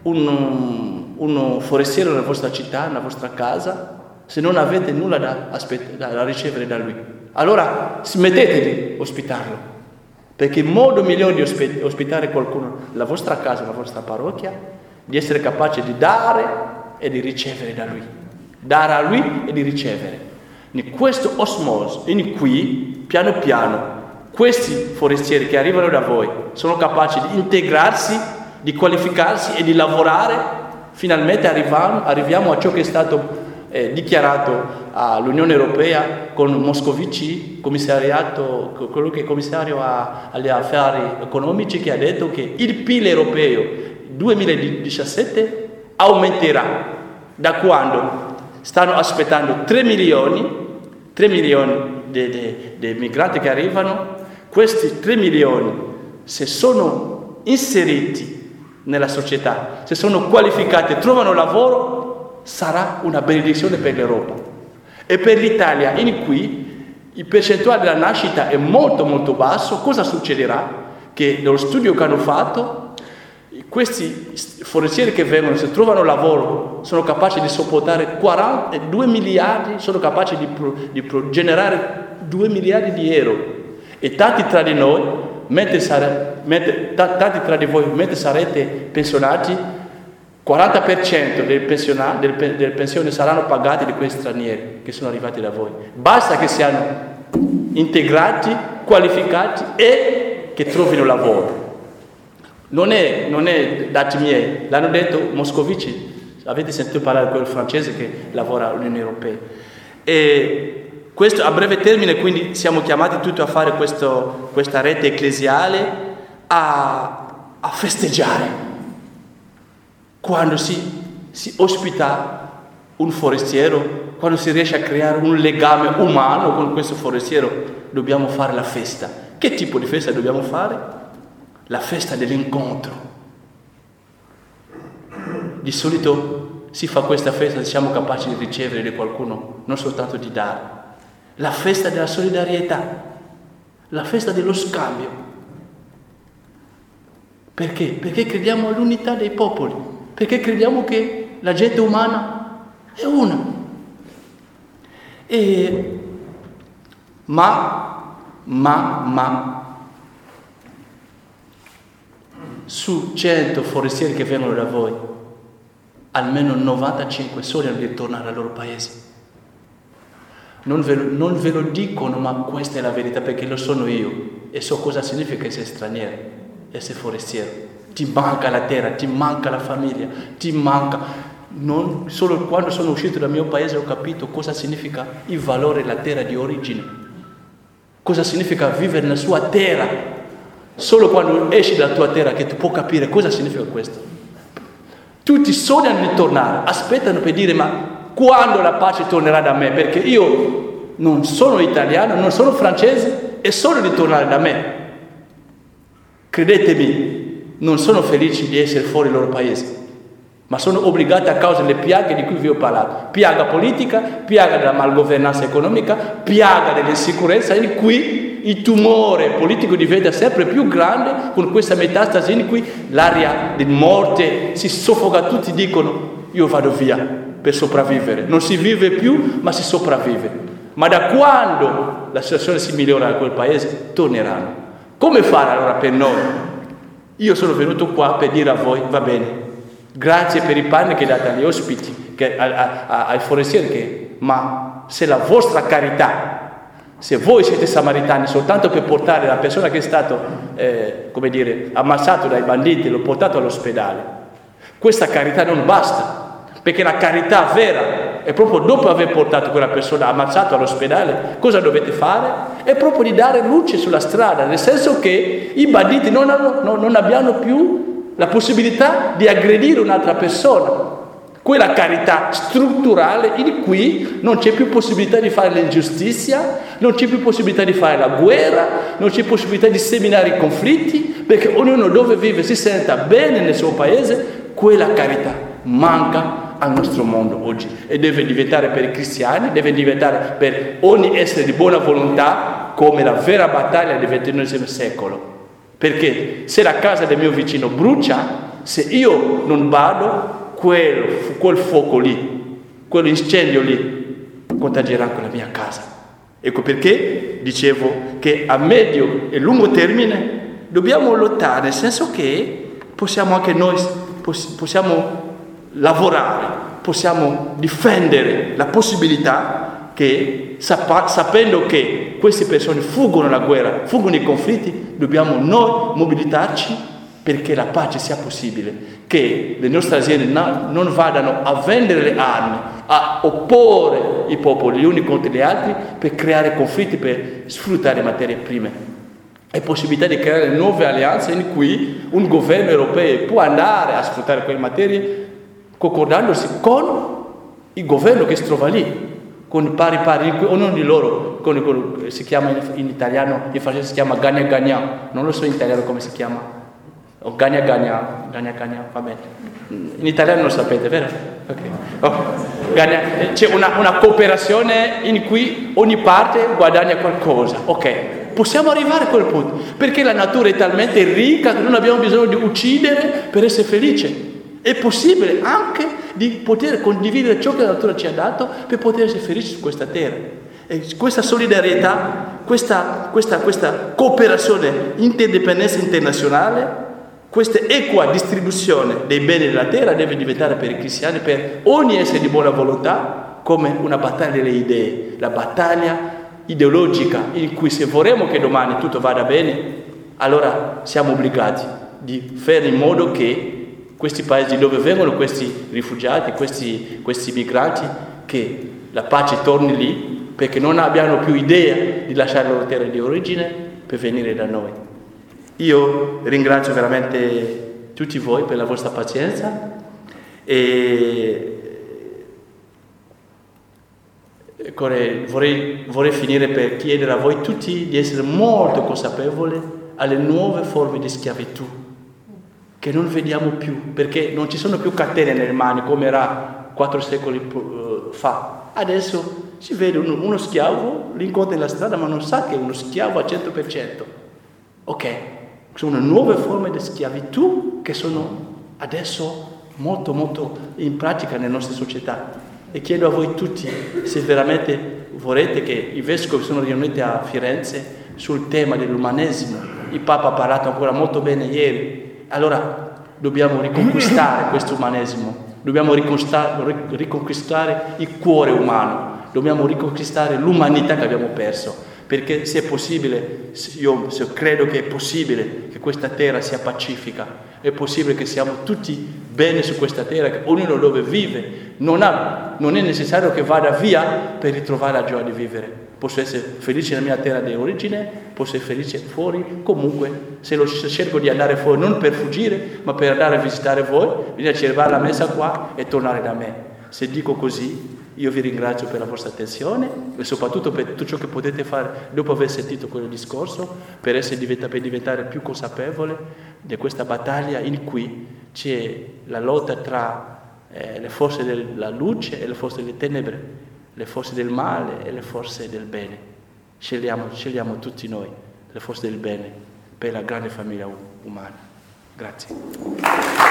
un forestiero nella vostra città, nella vostra casa, se non avete nulla da ricevere da lui. Allora smettete di ospitarlo. Perché il modo migliore di ospitare qualcuno nella vostra casa, nella vostra parrocchia, di essere capace di dare e di ricevere da lui. Dare a lui e di ricevere. In questo osmosi in cui, piano piano, questi forestieri che arrivano da voi sono capaci di integrarsi, di qualificarsi e di lavorare, finalmente arriviamo a ciò che è stato dichiarato all'Unione Europea con Moscovici, quello che è commissario agli affari economici, che ha detto che il PIL europeo 2017 aumenterà. Da quando stanno aspettando 3 milioni di migranti che arrivano, questi 3 milioni, se sono inseriti nella società, se sono qualificati, trovano lavoro, sarà una benedizione per l'Europa. E per l'Italia, in cui il percentuale della nascita è molto molto basso, cosa succederà? Che nello studio che hanno fatto, questi forestieri che vengono, se trovano lavoro, sono capaci di sopportare 2 miliardi, sono capaci di generare 2 miliardi di euro. E tanti tra di noi, tanti tra di voi, mentre sarete pensionati, 40% delle pensioni saranno pagate di questi stranieri che sono arrivati da voi. Basta che siano integrati, qualificati e che trovino lavoro. Non è dati miei, l'hanno detto Moscovici. Avete sentito parlare di quel francese che lavora all'Unione Europea. E questo a breve termine, quindi siamo chiamati tutti a fare questa rete ecclesiale, a festeggiare. Quando si ospita un forestiero, quando si riesce a creare un legame umano con questo forestiero, dobbiamo fare la festa. Che tipo di festa dobbiamo fare? La festa dell'incontro. Di solito si fa questa festa se siamo capaci di ricevere di qualcuno, non soltanto di dare. La festa della solidarietà, la festa dello scambio. Perché? Perché crediamo all'unità dei popoli. Perché crediamo che la gente umana è una. Ma su 100 forestieri che vengono da voi, almeno 95 sognano di ritornare al loro paese. Non ve lo dicono, ma questa è la verità, perché lo sono io e so cosa significa essere straniero, essere forestiero. Ti manca la terra, ti manca la famiglia, ti manca. Non solo quando sono uscito dal mio paese ho capito cosa significa il valore della terra di origine, cosa significa vivere nella sua terra. Solo quando esci dalla tua terra che tu puoi capire cosa significa questo. Tutti sognano di tornare, aspettano per dire: ma quando la pace tornerà da me? Perché io non sono italiano, non sono francese e sono di tornare da me. Credetemi, non sono felici di essere fuori il loro paese, ma sono obbligati a causa delle piaghe di cui vi ho parlato. Piaga politica, piaga della malgovernanza economica, piaga dell'insicurezza, in cui il tumore politico diventa sempre più grande, con questa metastasi in cui l'aria di morte si soffoca, tutti dicono io vado via per sopravvivere. Non si vive più, ma si sopravvive. Ma da quando la situazione si migliora in quel paese, torneranno. Come fare allora per noi? Io sono venuto qua per dire a voi, va bene, grazie per i panni che date agli ospiti, ai forestieri, ma se la vostra carità, se voi siete samaritani soltanto per portare la persona che è stato, ammazzato dai banditi, l'ho portato all'ospedale, questa carità non basta, perché la carità vera è proprio dopo aver portato quella persona ammazzata all'ospedale, cosa dovete fare? È proprio di dare luce sulla strada, nel senso che i banditi non abbiano più la possibilità di aggredire un'altra persona. Quella carità strutturale in cui non c'è più possibilità di fare l'ingiustizia, non c'è più possibilità di fare la guerra, non c'è possibilità di seminare i conflitti, perché ognuno dove vive si senta bene nel suo paese. Quella carità manca al nostro mondo oggi e deve diventare per i cristiani, deve diventare per ogni essere di buona volontà come la vera battaglia del XXI secolo. Perché se la casa del mio vicino brucia, se io non vado, quel fuoco lì, quell'incendio lì contagerà anche la mia casa. Ecco perché dicevo che a medio e lungo termine dobbiamo lottare, nel senso che possiamo anche noi lavorare, possiamo difendere la possibilità che, sapendo che queste persone fuggono la guerra, fuggono i conflitti, dobbiamo noi mobilitarci perché la pace sia possibile, che le nostre aziende non vadano a vendere le armi, a opporre i popoli gli uni contro gli altri per creare conflitti, per sfruttare materie prime. È possibilità di creare nuove alleanze in cui un governo europeo può andare a sfruttare quelle materie concordandosi con il governo che si trova lì, con i pari, ognuno di loro, si chiama in italiano, in francese si chiama gagnant-gagnant, non lo so in italiano come si chiama. O gagnant-gagnant, va bene. In italiano lo sapete, vero? Okay. C'è una cooperazione in cui ogni parte guadagna qualcosa. Ok, possiamo arrivare a quel punto, perché la natura è talmente ricca che non abbiamo bisogno di uccidere per essere felici. È possibile anche di poter condividere ciò che la natura ci ha dato per poter essere felici su questa terra. E questa solidarietà, questa cooperazione, interdipendenza internazionale, questa equa distribuzione dei beni della terra deve diventare per i cristiani, per ogni essere di buona volontà, come una battaglia delle idee, la battaglia ideologica in cui se vorremmo che domani tutto vada bene, allora siamo obbligati di fare in modo che questi paesi dove vengono questi rifugiati, questi migranti, che la pace torni lì, perché non abbiano più idea di lasciare la loro terra di origine per venire da noi. Io ringrazio veramente tutti voi per la vostra pazienza e vorrei finire per chiedere a voi tutti di essere molto consapevoli alle nuove forme di schiavitù che non vediamo più, perché non ci sono più catene nelle mani come era 4 secoli fa. Adesso si vede uno schiavo, li incontra nella strada ma non sa che è uno schiavo al 100%. Ok, sono nuove forme di schiavitù che sono adesso molto molto in pratica nelle nostre società. E chiedo a voi tutti se veramente vorrete che i vescovi sono riuniti a Firenze sul tema dell'umanesimo. Il Papa ha parlato ancora molto bene ieri. Allora dobbiamo riconquistare questo umanesimo, dobbiamo riconquistare il cuore umano, dobbiamo riconquistare l'umanità che abbiamo perso, perché se è possibile, io credo che è possibile che questa terra sia pacifica, è possibile che siamo tutti bene su questa terra, che ognuno dove vive non è necessario che vada via per ritrovare la gioia di vivere. Posso essere felice nella mia terra di origine, posso essere felice fuori, comunque se cerco di andare fuori non per fuggire ma per andare a visitare voi, bisogna celebrare la messa qua e tornare da me. Se dico così, io vi ringrazio per la vostra attenzione e soprattutto per tutto ciò che potete fare dopo aver sentito quel discorso, per diventare più consapevole di questa battaglia in cui c'è la lotta tra le forze della luce e le forze delle tenebre, le forze del male e le forze del bene. Scegliamo tutti noi le forze del bene per la grande famiglia umana. Grazie.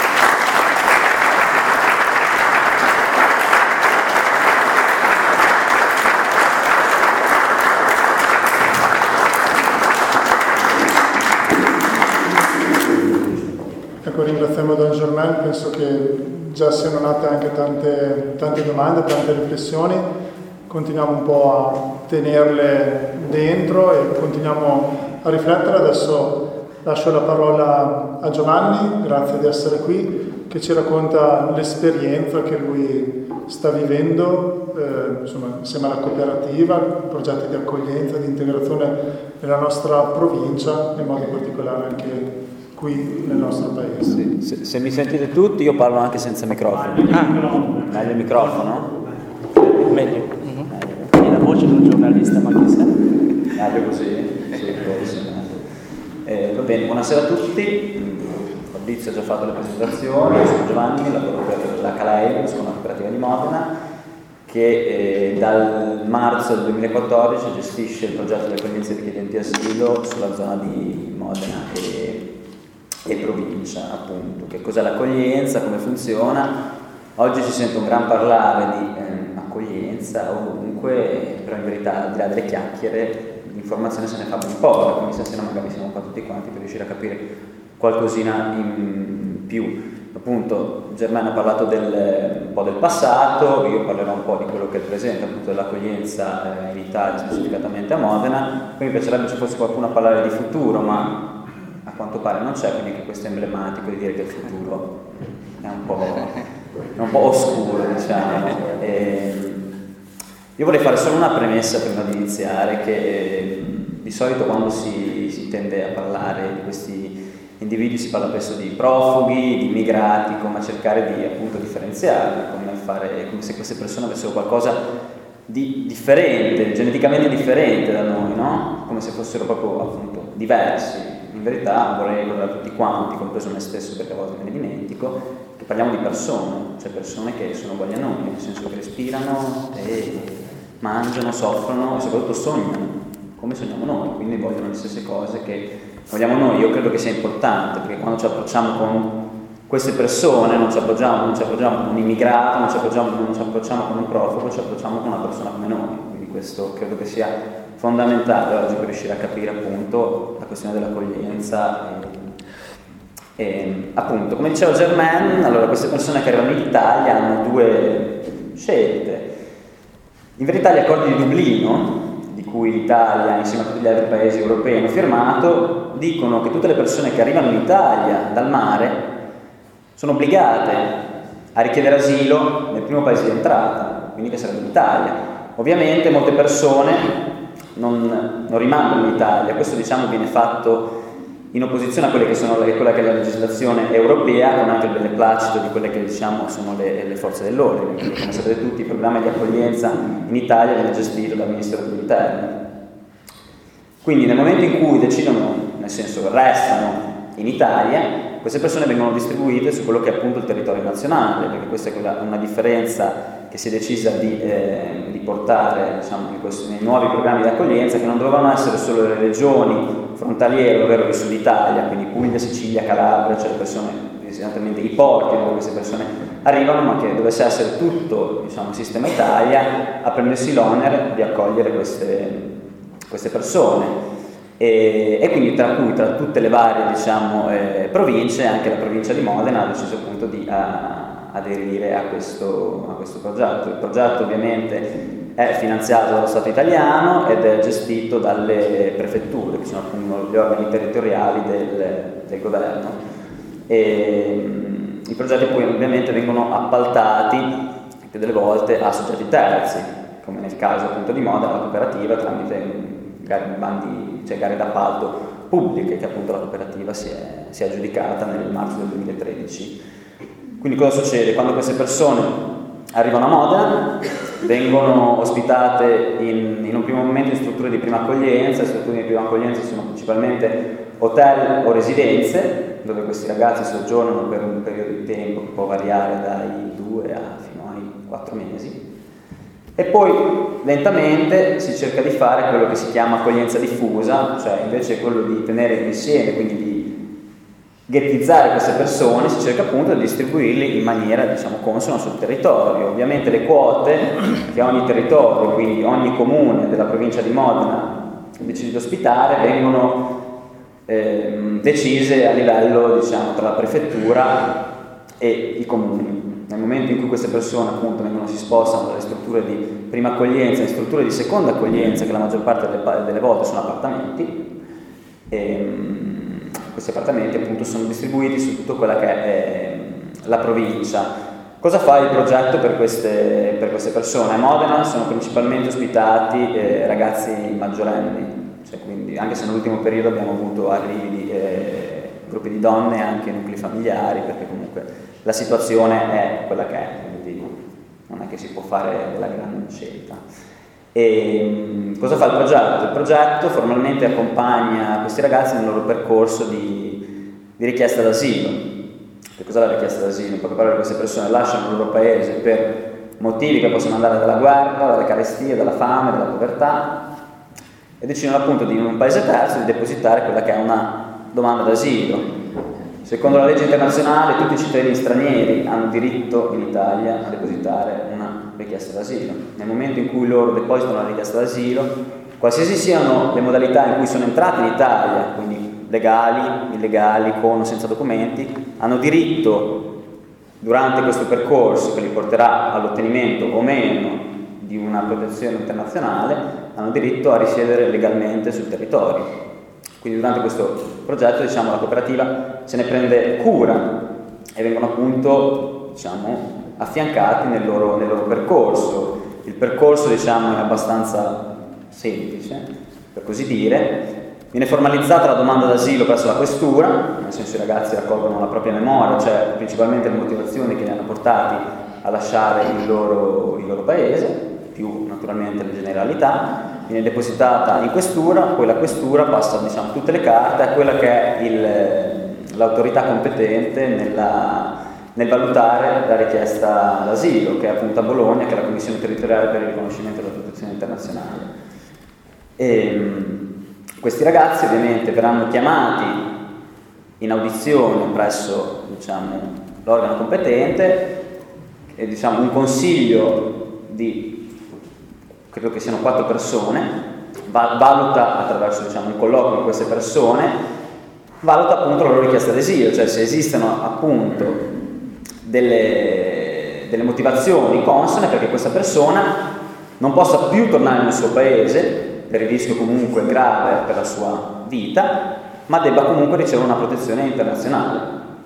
Ecco, ringraziamo Don Germain, penso che già siano nate anche tante domande, tante riflessioni, continuiamo un po' a tenerle dentro e continuiamo a riflettere. Adesso lascio la parola a Giovanni, grazie di essere qui, che ci racconta l'esperienza che lui sta vivendo, insieme alla cooperativa, progetti di accoglienza, di integrazione nella nostra provincia, in modo particolare anche qui nel nostro paese. Sì, se mi sentite tutti, io parlo anche senza microfono. Meglio il microfono? Meglio. Meglio. La voce di un giornalista, ma chi sa? Meglio così? Sì. Va bene, buonasera a tutti. Fabrizio ha già fatto le presentazioni, io sono Giovanni, lavoro per la Calaeus, con la cooperativa di Modena, che dal marzo del 2014 gestisce il progetto di accoglienza dei richiedenti asilo sulla zona di Modena e provincia, appunto. Che cos'è l'accoglienza, come funziona? Oggi si sente un gran parlare di accoglienza ovunque, però in verità, al di là delle chiacchiere, l'informazione se ne fa ben poca, quindi stasera magari siamo qua tutti quanti per riuscire a capire qualcosina in più. Appunto, Germain ha parlato un po' del passato, io parlerò un po' di quello che è il presente, appunto dell'accoglienza in Italia, specificatamente a Modena. Poi mi piacerebbe se fosse qualcuno a parlare di futuro, ma a quanto pare non c'è, quindi anche questo è emblematico di dire che il futuro è un po' oscuro, diciamo. Io vorrei fare solo una premessa prima di iniziare, che di solito quando si tende a parlare di questi individui si parla spesso di profughi, di immigrati, come a cercare di appunto differenziarli, come se queste persone avessero qualcosa di differente, geneticamente differente da noi, no? Come se fossero proprio appunto diversi. In verità vorrei ricordare a tutti quanti, compreso me stesso perché a volte me ne dimentico, che parliamo di persone, cioè persone che sono uguali a noi, nel senso che respirano e mangiano, soffrono e soprattutto sognano, come sogniamo noi, quindi vogliono le stesse cose che vogliamo noi. Io credo che sia importante, perché quando ci approcciamo con queste persone non ci appoggiamo con un immigrato, non ci approcciamo con un profugo, ci approcciamo con una persona come noi, quindi questo credo che sia fondamentale oggi per riuscire a capire appunto la questione dell'accoglienza e appunto, come diceva Germain, allora queste persone che arrivano in Italia hanno due scelte. In verità gli accordi di Dublino, di cui l'Italia insieme a tutti gli altri paesi europei hanno firmato, dicono che tutte le persone che arrivano in Italia dal mare sono obbligate a richiedere asilo nel primo paese di entrata, quindi che sarebbe l'Italia. Ovviamente molte persone non rimangono in Italia, questo diciamo viene fatto in opposizione a quella che è la legislazione europea, con anche il beneplacito di quelle che diciamo sono le forze dell'ordine. Quindi, come sapete tutti, il programma di accoglienza in Italia viene gestito dal Ministero dell'Interno. Quindi nel momento in cui decidono, nel senso restano in Italia, queste persone vengono distribuite su quello che è appunto il territorio nazionale, perché questa è una differenza che si è decisa di portare diciamo, nei nuovi programmi di accoglienza, che non dovevano essere solo le regioni frontaliere, ovvero il sud Italia, quindi Puglia, Sicilia, Calabria, cioè le persone, esattamente i porti dove queste persone arrivano, ma che dovesse essere tutto diciamo, il sistema Italia a prendersi l'onere di accogliere queste persone. E quindi tra tutte le varie diciamo, province, anche la provincia di Modena ha deciso appunto di aderire a questo progetto. Il progetto ovviamente è finanziato dallo Stato italiano ed è gestito dalle prefetture, che sono appunto gli organi territoriali del governo. E i progetti poi ovviamente vengono appaltati più delle volte a soggetti terzi, come nel caso appunto di Modena, la cooperativa, tramite gare d'appalto pubbliche che appunto la cooperativa si è aggiudicata nel marzo del 2013. Quindi cosa succede? Quando queste persone arrivano a Modena, vengono ospitate in un primo momento in strutture di prima accoglienza. Le strutture di prima accoglienza sono principalmente hotel o residenze, dove questi ragazzi soggiornano per un periodo di tempo che può variare dai 2 fino ai 4 mesi, e poi lentamente si cerca di fare quello che si chiama accoglienza diffusa, cioè invece quello di tenere insieme, quindi di ghettizzare queste persone, si cerca appunto di distribuirli in maniera, diciamo, consona sul territorio. Ovviamente le quote che ogni territorio, quindi ogni comune della provincia di Modena decide di ospitare, vengono decise a livello, diciamo, tra la prefettura e i comuni. Nel momento in cui queste persone appunto si spostano dalle strutture di prima accoglienza in strutture di seconda accoglienza, che la maggior parte delle volte sono appartamenti, questi appartamenti appunto sono distribuiti su tutta quella che è la provincia. Cosa fa il progetto per queste persone? A Modena sono principalmente ospitati ragazzi maggiorenni, cioè, quindi anche se nell'ultimo periodo abbiamo avuto arrivi di gruppi di donne e anche nuclei familiari, perché comunque la situazione è quella che è, quindi non è che si può fare della grande scelta. E cosa fa il progetto? Il progetto formalmente accompagna questi ragazzi nel loro percorso di richiesta d'asilo. Che cos'è la richiesta d'asilo? In poche parole, queste persone lasciano il loro paese per motivi che possono andare dalla guerra, dalle carestie, dalla fame, dalla povertà, e decidono appunto in un paese terzo di depositare quella che è una domanda d'asilo. Secondo la legge internazionale tutti i cittadini stranieri hanno diritto in Italia a depositare una richiesta d'asilo. Nel momento in cui loro depositano la richiesta d'asilo, qualsiasi siano le modalità in cui sono entrati in Italia, quindi legali, illegali, con o senza documenti, hanno diritto durante questo percorso che li porterà all'ottenimento o meno di una protezione internazionale, hanno diritto a risiedere legalmente sul territorio. Quindi durante questo progetto, diciamo, la cooperativa se ne prende cura e vengono appunto, diciamo, affiancati nel loro percorso. Il percorso, diciamo, è abbastanza semplice, per così dire. Viene formalizzata la domanda d'asilo presso la questura, nel senso i ragazzi raccolgono la propria memoria, cioè principalmente le motivazioni che li hanno portati a lasciare il loro paese, più naturalmente le generalità. Viene depositata in questura, poi la questura passa, diciamo, tutte le carte a quella che è l'autorità competente nel valutare la richiesta d'asilo, che è appunto a Bologna, che è la Commissione territoriale per il riconoscimento della protezione internazionale. E questi ragazzi ovviamente verranno chiamati in audizione presso, diciamo, l'organo competente, e, diciamo, un consiglio di, credo che siano 4 persone, valuta attraverso, diciamo, un colloquio con queste persone, valuta appunto la loro richiesta d'asilo, cioè se esistono appunto delle motivazioni consone perché questa persona non possa più tornare nel suo paese per il rischio comunque grave per la sua vita, ma debba comunque ricevere una protezione internazionale.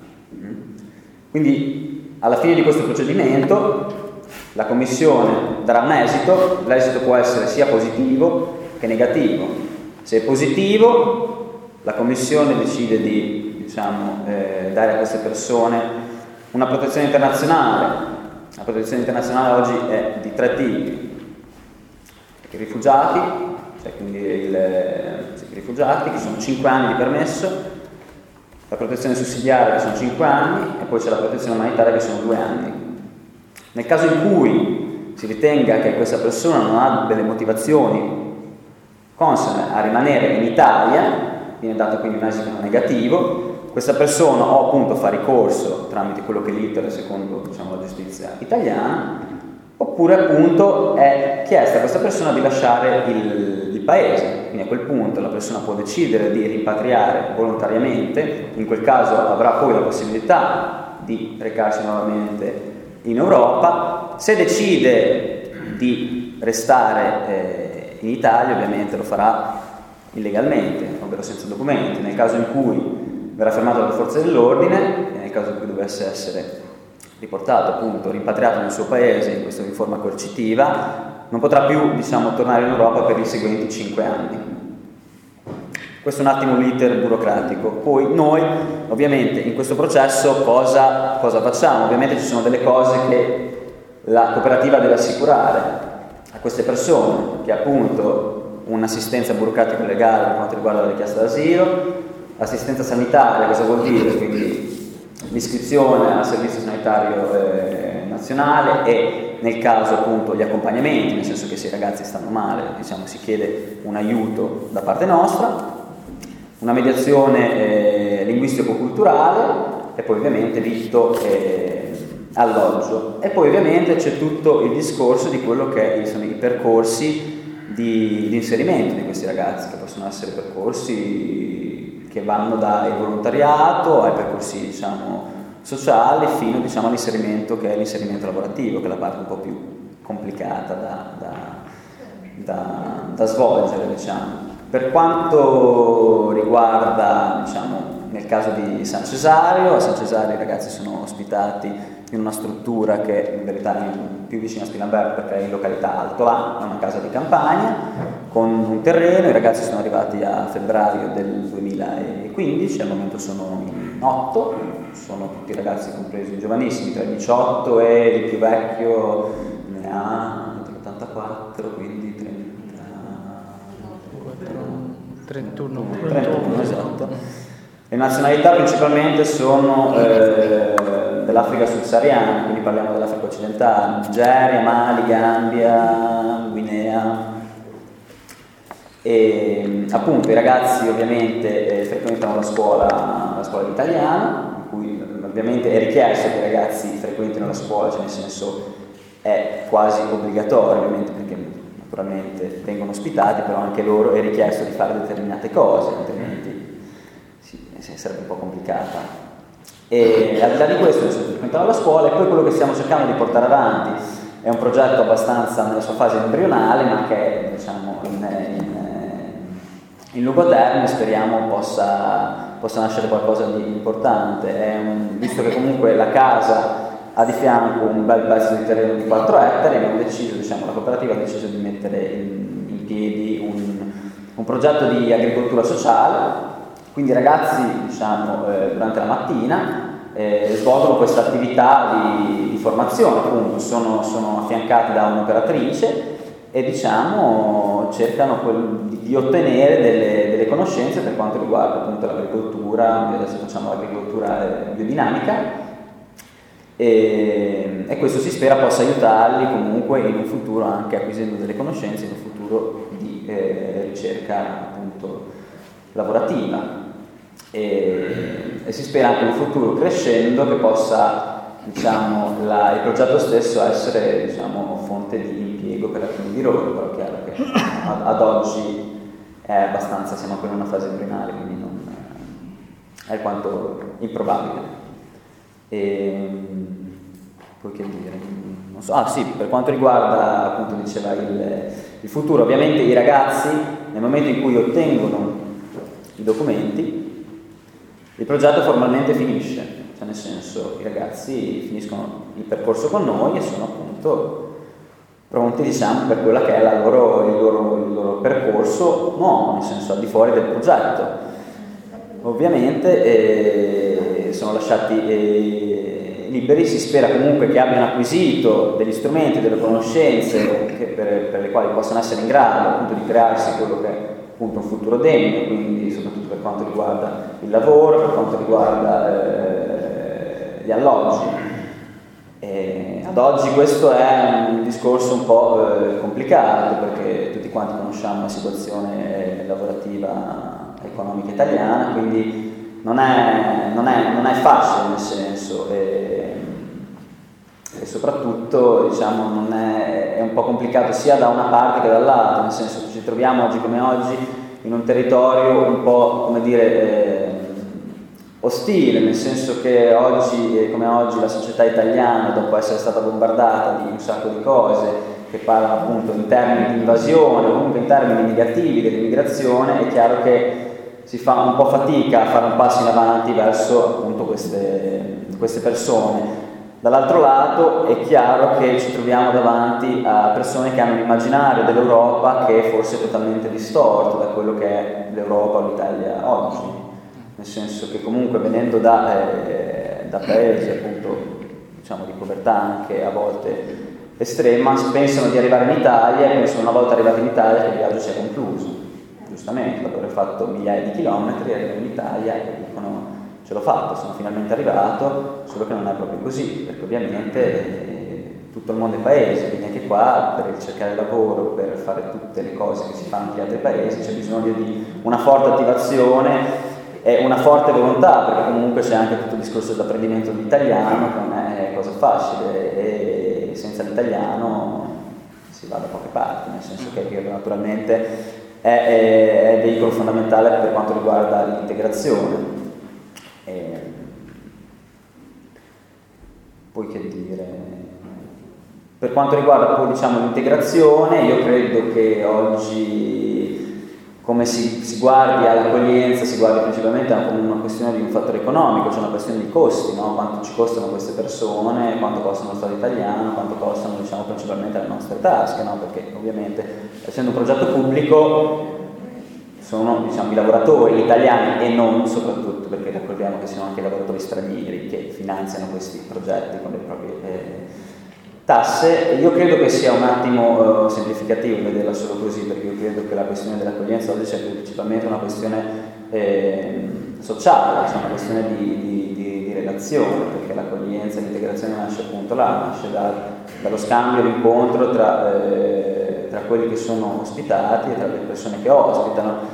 Quindi alla fine di questo procedimento la Commissione darà un esito, l'esito può essere sia positivo che negativo. Se è positivo, la Commissione decide di, diciamo, dare a queste persone una protezione internazionale. La protezione internazionale oggi è di 3 tipi: i rifugiati, cioè quindi i rifugiati, che sono 5 anni di permesso, la protezione sussidiaria, che sono 5 anni, e poi c'è la protezione umanitaria, che sono 2 anni. Nel caso in cui si ritenga che questa persona non ha delle motivazioni consone a rimanere in Italia, viene dato quindi un esito negativo, questa persona o appunto fa ricorso tramite quello che è l'iter secondo, diciamo, la giustizia italiana, oppure appunto è chiesta a questa persona di lasciare il paese. Quindi a quel punto la persona può decidere di rimpatriare volontariamente, in quel caso avrà poi la possibilità di recarsi nuovamente in Europa. Se decide di restare in Italia, ovviamente lo farà illegalmente, ovvero senza documenti. Nel caso in cui verrà fermato dalle forze dell'ordine e nel caso in cui dovesse essere riportato, appunto, rimpatriato nel suo paese, questo in forma coercitiva, non potrà più, diciamo, tornare in Europa per i seguenti 5 anni. Questo è un attimo l'iter burocratico. Poi noi, ovviamente, in questo processo cosa facciamo? Ovviamente ci sono delle cose che la cooperativa deve assicurare a queste persone, che è appunto un'assistenza burocratica legale per quanto riguarda la richiesta d'asilo, Assistenza sanitaria cosa vuol dire? Quindi l'iscrizione al servizio sanitario nazionale e nel caso appunto gli accompagnamenti, nel senso che se i ragazzi stanno male, diciamo, si chiede un aiuto da parte nostra, una mediazione linguistico-culturale e poi ovviamente vitto e alloggio. E poi ovviamente c'è tutto il discorso di quello che sono i percorsi di inserimento di questi ragazzi, che possono essere percorsi che vanno dal volontariato ai percorsi, diciamo, sociali fino, diciamo, all'inserimento che è l'inserimento lavorativo, che è la parte un po' più complicata da svolgere, diciamo. Per quanto riguarda, diciamo, nel caso di San Cesario, a San Cesario i ragazzi sono ospitati in una struttura che in verità è più vicina a Spilamberg perché è in località Altola, è una casa di campagna con un terreno. I ragazzi sono arrivati a febbraio del 2015, al momento sono in 8, sono tutti ragazzi compresi giovanissimi, tra i 18 e il più vecchio ne ha 84, quindi 31, esatto. Le nazionalità principalmente sono dell'Africa subsahariana, quindi parliamo dell'Africa occidentale, Nigeria, Mali, Gambia, Guinea. E appunto i ragazzi ovviamente frequentano la scuola di italiano, in cui ovviamente è richiesto che i ragazzi frequentino la scuola, cioè nel senso è quasi obbligatorio, ovviamente, perché naturalmente vengono ospitati, però anche loro è richiesto di fare determinate cose, altrimenti sarebbe un po' complicata. E al di là di questo si frequentano la scuola, e poi quello che stiamo cercando di portare avanti è un progetto abbastanza nella sua fase embrionale, ma che, diciamo, in lungo termine speriamo possa nascere qualcosa di importante. Visto che comunque la casa ha di fianco un bel pezzo di terreno di 4 ettari, abbiamo deciso, diciamo, la cooperativa ha deciso di mettere in piedi un progetto di agricoltura sociale. Quindi i ragazzi, diciamo, durante la mattina svolgono questa attività di formazione, appunto, sono affiancati da un'operatrice e, diciamo, cercano di ottenere delle conoscenze per quanto riguarda appunto l'agricoltura. Noi adesso facciamo l'agricoltura biodinamica e questo si spera possa aiutarli comunque in un futuro, anche acquisendo delle conoscenze in un futuro di ricerca appunto lavorativa. E si spera anche in un futuro, crescendo, che possa, diciamo, il progetto stesso essere, diciamo, fonte di impiego per alcuni di loro, però è chiaro che ad oggi è abbastanza, siamo ancora in una fase embrionale, quindi non è alquanto improbabile. Poi che dire? Non so. Sì, per quanto riguarda, appunto, diceva il futuro, ovviamente i ragazzi nel momento in cui ottengono i documenti il progetto formalmente finisce, cioè nel senso i ragazzi finiscono il percorso con noi e sono appunto pronti, diciamo, per quella che è il loro percorso nuovo, nel senso al di fuori del progetto. Ovviamente sono lasciati liberi, si spera comunque che abbiano acquisito degli strumenti, delle conoscenze per le quali possano essere in grado appunto di crearsi quello che è appunto un futuro degno, quindi soprattutto per quanto riguarda il lavoro, per quanto riguarda gli alloggi. Ad oggi questo è un discorso un po' complicato, perché tutti quanti conosciamo la situazione lavorativa economica italiana, quindi non è facile, nel senso, e soprattutto, diciamo, è un po' complicato sia da una parte che dall'altra, nel senso che ci troviamo oggi come oggi in un territorio un po', come dire, ostile, nel senso che oggi come oggi la società italiana, dopo essere stata bombardata di un sacco di cose che parlano appunto in termini di invasione o comunque in termini negativi dell'immigrazione, è chiaro che si fa un po' fatica a fare un passo in avanti verso appunto queste persone. Dall'altro lato è chiaro che ci troviamo davanti a persone che hanno un immaginario dell'Europa che è forse totalmente distorto da quello che è l'Europa o l'Italia oggi, nel senso che comunque venendo da paesi appunto, diciamo, di povertà anche a volte estrema, pensano di arrivare in Italia e pensano una volta arrivati in Italia che il viaggio sia concluso. giustamente, dopo aver fatto migliaia di chilometri, arrivano in Italia e dicono ce l'ho fatto, sono finalmente arrivato, solo che non è proprio così, perché ovviamente tutto il mondo è paese, quindi anche qua per cercare lavoro, per fare tutte le cose che si fanno negli altri paesi c'è bisogno di una forte attivazione e una forte volontà, perché comunque c'è anche tutto il discorso dell'apprendimento dell'italiano che non è cosa facile e senza l'italiano si va da poche parti, nel senso che naturalmente è veicolo fondamentale per quanto riguarda l'integrazione. Poi che dire... Per quanto riguarda poi l'integrazione, io credo che oggi come si guardi all'accoglienza, si guardi principalmente come una questione di un fattore economico, cioè una questione di costi, no? Quanto ci costano queste persone, quanto costano lo Stato italiano, quanto costano principalmente le nostre tasche, no? Perché ovviamente essendo un progetto pubblico sono i lavoratori italiani e non soprattutto, perché ricordiamo che ci sono anche i lavoratori stranieri che finanziano questi progetti con le proprie tasse. Io credo che sia un attimo semplificativo vederla solo così, perché io credo che la questione dell'accoglienza oggi sia principalmente una questione sociale, cioè una questione di relazione, perché l'accoglienza e l'integrazione nasce appunto là, nasce dallo scambio, l'incontro tra quelli che sono ospitati e tra le persone che ospitano.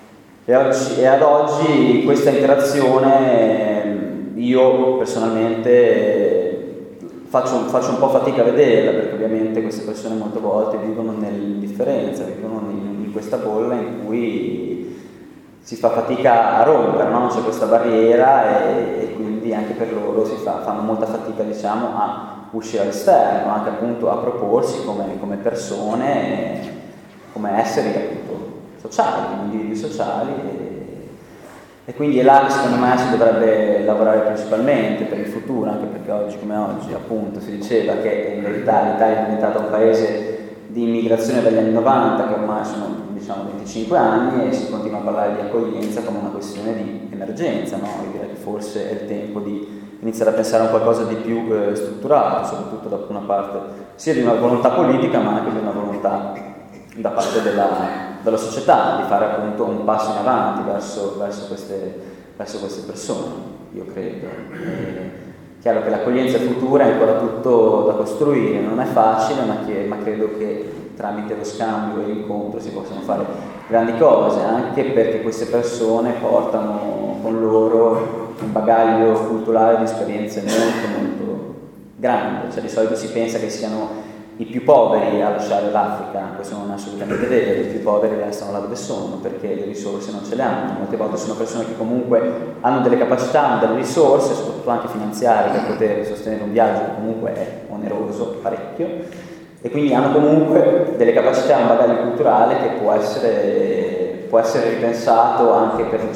E ad oggi questa interazione io personalmente faccio un po' fatica a vederla, perché ovviamente queste persone molte volte vivono nell'indifferenza, vivono in questa bolla in cui si fa fatica a rompere, no? C'è questa barriera e quindi anche per loro fanno molta fatica a uscire all'esterno, anche appunto a proporsi come persone, come esseri appunto sociali, individui sociali e quindi è là che secondo me si dovrebbe lavorare principalmente per il futuro, anche perché oggi come oggi appunto si diceva che in verità l'Italia è diventata un paese di immigrazione dagli anni 90 che ormai sono 25 anni e si continua a parlare di accoglienza come una questione di emergenza, no? Io direi che forse è il tempo di iniziare a pensare a un qualcosa di più strutturato, soprattutto da una parte sia di una volontà politica ma anche di una volontà da parte della società, di fare appunto un passo in avanti verso queste persone, io credo. Chiaro che l'accoglienza futura è ancora tutto da costruire, non è facile, ma credo che tramite lo scambio e l'incontro si possano fare grandi cose, anche perché queste persone portano con loro un bagaglio culturale di esperienze molto molto grandi, cioè di solito si pensa che siano i più poveri a lasciare l'Africa, questo non è assolutamente vero, i più poveri restano là dove sono perché le risorse non ce le hanno, molte volte sono persone che comunque hanno delle capacità, hanno delle risorse, soprattutto anche finanziarie, per poter sostenere un viaggio che comunque è oneroso, parecchio, e quindi hanno comunque delle capacità, un bagaglio culturale che può essere ripensato anche per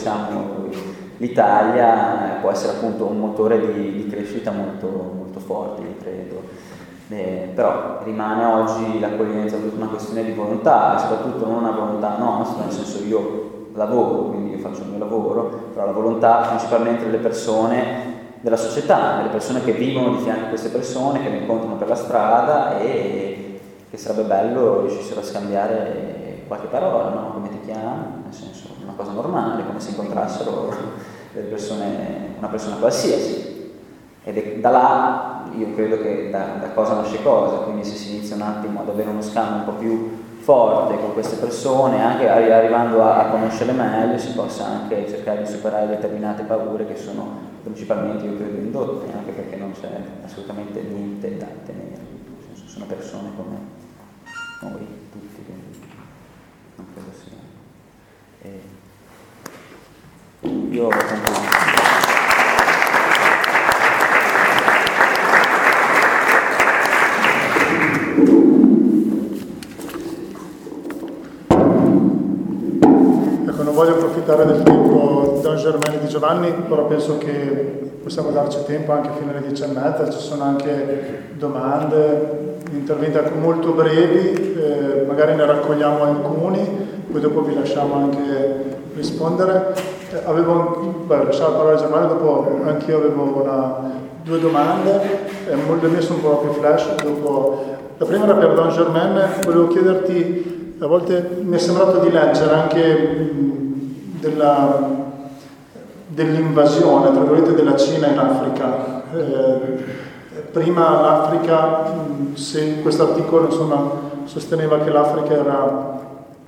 l'Italia, può essere appunto un motore di crescita molto, molto forte, io credo. Però rimane oggi l'accoglienza tutta una questione di volontà, soprattutto non una volontà nostra, nel senso io lavoro, quindi io faccio il mio lavoro, però la volontà principalmente delle persone, della società, delle persone che vivono di fianco a queste persone, che le incontrano per la strada e che sarebbe bello riuscissero a scambiare qualche parola, no? Come ti chiami? Nel senso, una cosa normale, come se incontrassero delle persone, una persona qualsiasi. Ed da là io credo che da cosa nasce cosa, quindi se si inizia un attimo ad avere uno scambio un po' più forte con queste persone, anche arrivando a conoscerle meglio, si possa anche cercare di superare determinate paure che sono principalmente, io credo, indotte, anche perché non c'è assolutamente niente da temere, nel senso sono persone come noi tutti, quindi non credo sia. Io ho concluso. Non voglio approfittare del tempo di Don Germain e di Giovanni, però penso che possiamo darci tempo anche fino alle 10:30, ci sono anche domande, interventi anche molto brevi, magari ne raccogliamo alcuni, poi dopo vi lasciamo anche rispondere. Lasciamo la parola a Germano, dopo anch'io avevo due domande, le mie sono un po' più flash. Dopo, la prima era per Don Germain, volevo chiederti a volte mi è sembrato di leggere anche dell'invasione, tra virgolette, della Cina in Africa. Prima l'Africa, se questo articolo insomma sosteneva che l'Africa era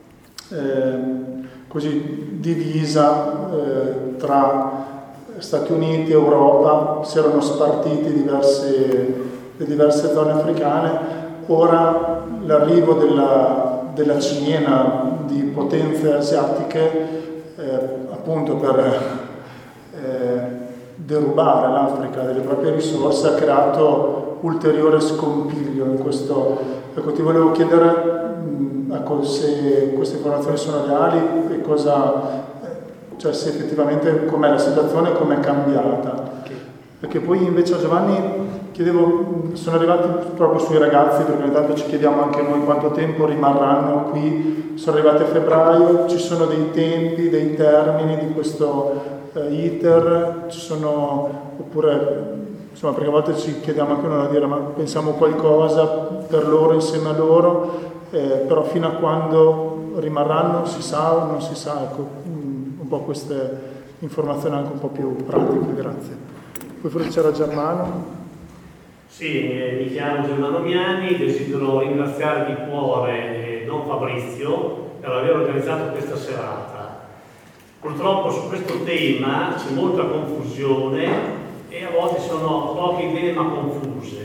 così divisa tra Stati Uniti e Europa, si erano spartiti le diverse zone africane. Ora l'arrivo della Cina, di potenze asiatiche, appunto per derubare l'Africa delle proprie risorse, ha creato ulteriore scompiglio in questo. Ecco, ti volevo chiedere se queste informazioni sono reali e cioè se effettivamente com'è la situazione e com'è cambiata. Perché poi invece a Giovanni chiedevo, sono arrivati proprio sui ragazzi, perché ogni tanto ci chiediamo anche noi quanto tempo rimarranno qui. Sono arrivati a febbraio, ci sono dei tempi, dei termini di questo iter, ci sono, oppure insomma, perché a volte ci chiediamo anche noi a dire ma pensiamo qualcosa per loro, insieme a loro, però fino a quando rimarranno si sa o non si sa, ecco, un po' queste informazioni anche un po' più pratiche, grazie. Poi forse c'era Germano. Sì, mi chiamo Germano Miani, desidero ringraziare di cuore Don Fabrizio per aver organizzato questa serata. Purtroppo su questo tema c'è molta confusione e a volte sono poche idee ma confuse.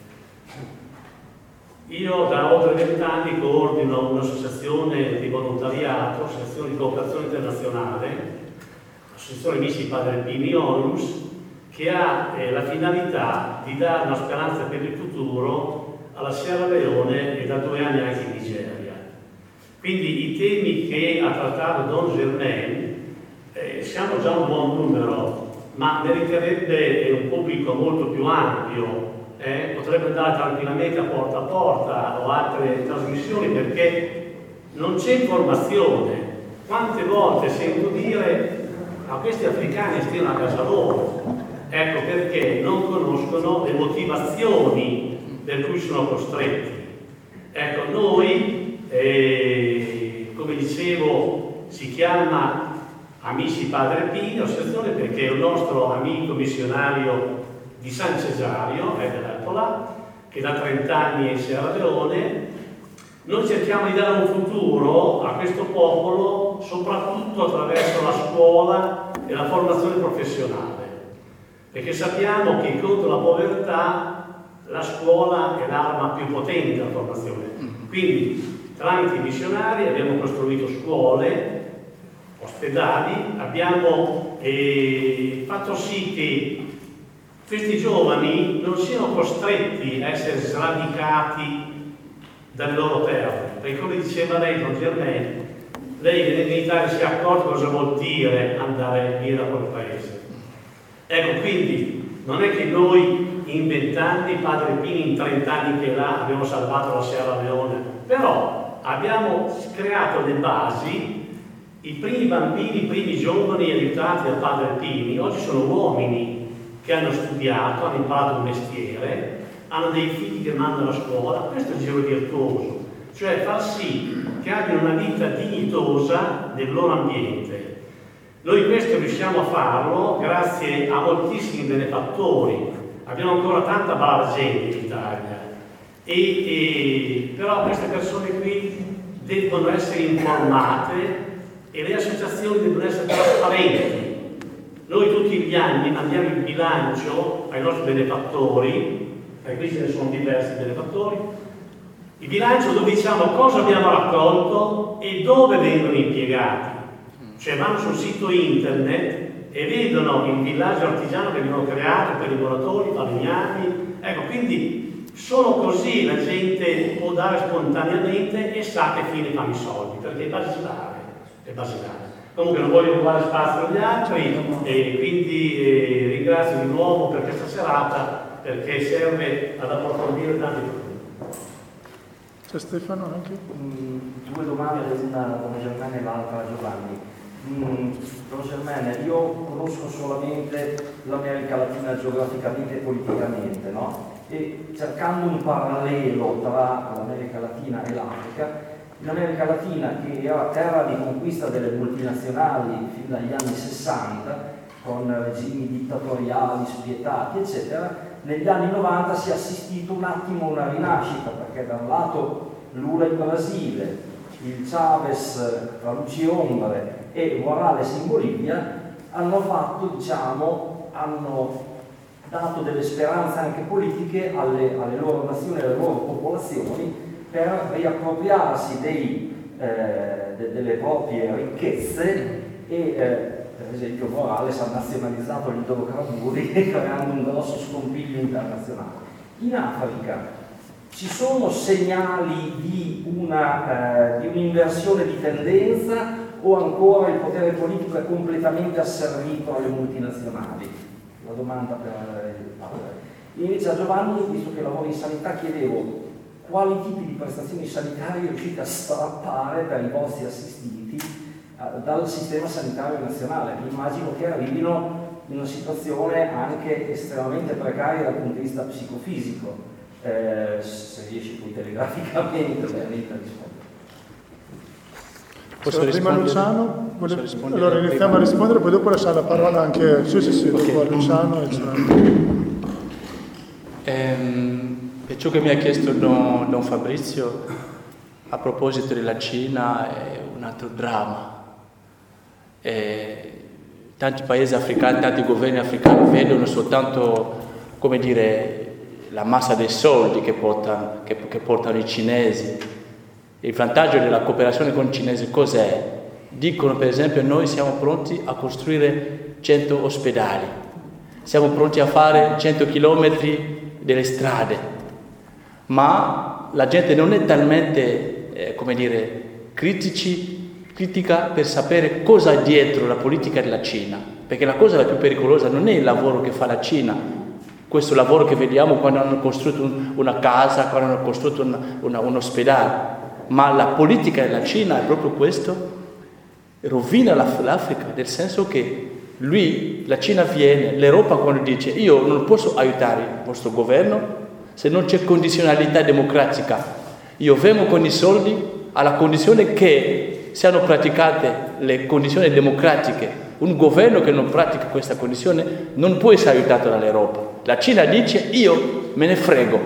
Io da oltre 20 anni coordino un'associazione di volontariato, associazione di cooperazione internazionale, l'associazione Amici Padre Pini Onlus, che ha la finalità di dare una speranza per il futuro alla Sierra Leone e da 2 anni anche in Nigeria. Quindi i temi che ha trattato Don Germain siamo già un buon numero, ma meriterebbe un pubblico molto più ampio, potrebbe andare tranquillamente a porta o altre trasmissioni, perché non c'è informazione. Quante volte sento dire a questi africani stiano a casa loro? Ecco perché non conoscono le motivazioni per cui sono costretti. Ecco, noi, come dicevo, si chiama Amici Padre Pini, associazione, perché è un nostro amico missionario di San Cesario, dell'Altola, che da 30 anni è in Sierra Leone. Noi cerchiamo di dare un futuro a questo popolo, soprattutto attraverso la scuola e la formazione professionale, perché sappiamo che contro la povertà la scuola è l'arma più potente della formazione. Quindi tramite i missionari abbiamo costruito scuole, ospedali, abbiamo fatto sì che questi giovani non siano costretti a essere sradicati dalle loro terre, perché come diceva lei, Don Germain, lei in Italia si è accorto cosa vuol dire andare via da quel paese. Ecco, quindi non è che noi in 20 anni, Padre Pini in 30 anni che là abbiamo salvato la Sierra Leone, però abbiamo creato le basi. I primi bambini, i primi giovani aiutati da Padre Pini oggi sono uomini che hanno studiato, hanno imparato un mestiere, hanno dei figli che mandano a scuola. Questo è il giro virtuoso, cioè far sì che abbiano una vita dignitosa nel loro ambiente. Noi questo riusciamo a farlo grazie a moltissimi benefattori, abbiamo ancora tanta brava gente in Italia, però queste persone qui devono essere informate e le associazioni devono essere trasparenti. Noi tutti gli anni mandiamo il bilancio ai nostri benefattori, e qui ce ne sono diversi benefattori, il bilancio dove diciamo cosa abbiamo raccolto e dove vengono impiegati. Cioè vanno sul sito internet e vedono il villaggio artigiano che abbiamo creato per i lavoratori, falegnami. Ecco, quindi solo così la gente può dare spontaneamente e sa che fine fanno i soldi, perché è basilare. Comunque non voglio rubare spazio agli altri e quindi ringrazio di nuovo per questa serata, perché serve ad approfondire tanti problemi. C'è Stefano anche? 2 domande, una a Don Germain e l'altra a Giovanni. Don Germain, io conosco solamente l'America Latina geograficamente e politicamente, no? E cercando un parallelo tra l'America Latina e l'Africa, in America Latina, che era terra di conquista delle multinazionali fin dagli anni 60, con regimi dittatoriali, spietati, eccetera, negli anni 90 si è assistito un attimo a una rinascita, perché da un lato Lula in Brasile, il Chavez tra luci e ombre e Morales in Bolivia hanno fatto, hanno dato delle speranze anche politiche alle loro nazioni, alle loro popolazioni, per riappropriarsi delle proprie ricchezze e per esempio Morales ha nazionalizzato gli idrocarburi creando un grosso scompiglio internazionale. In Africa ci sono segnali di un'inversione di tendenza o ancora il potere politico è completamente asservito alle multinazionali? La domanda per il padre. Invece a Giovanni, visto che lavori in sanità, chiedevo quali tipi di prestazioni sanitarie riuscite a strappare per i vostri assistiti dal sistema sanitario nazionale. Mi immagino che arrivino in una situazione anche estremamente precaria dal punto di vista psicofisico. Se riesci poi telegraficamente, veramente a rispondere. Posso rispondere? Luciano? Allora iniziamo a rispondere, poi dopo lasciare la parola anche sì, dopo a Luciano e Per ciò che mi ha chiesto Don Fabrizio a proposito della Cina è un altro dramma. Tanti paesi africani, tanti governi africani vedono soltanto, come dire, la massa dei soldi che portano i cinesi. Il vantaggio della cooperazione con i cinesi cos'è? Dicono per esempio noi siamo pronti a costruire 100 ospedali, siamo pronti a fare 100 chilometri delle strade, ma la gente non è talmente, critica per sapere cosa è dietro la politica della Cina, perché la cosa la più pericolosa non è il lavoro che fa la Cina, questo lavoro che vediamo quando hanno costruito una casa, quando hanno costruito un ospedale, ma la politica della Cina è proprio questo, rovina l'Africa, nel senso che la Cina viene, l'Europa quando dice io non posso aiutare il vostro governo se non c'è condizionalità democratica, io vengo con i soldi alla condizione che siano praticate le condizioni democratiche. Un governo che non pratica questa condizione non può essere aiutato dall'Europa. La Cina dice io me ne frego,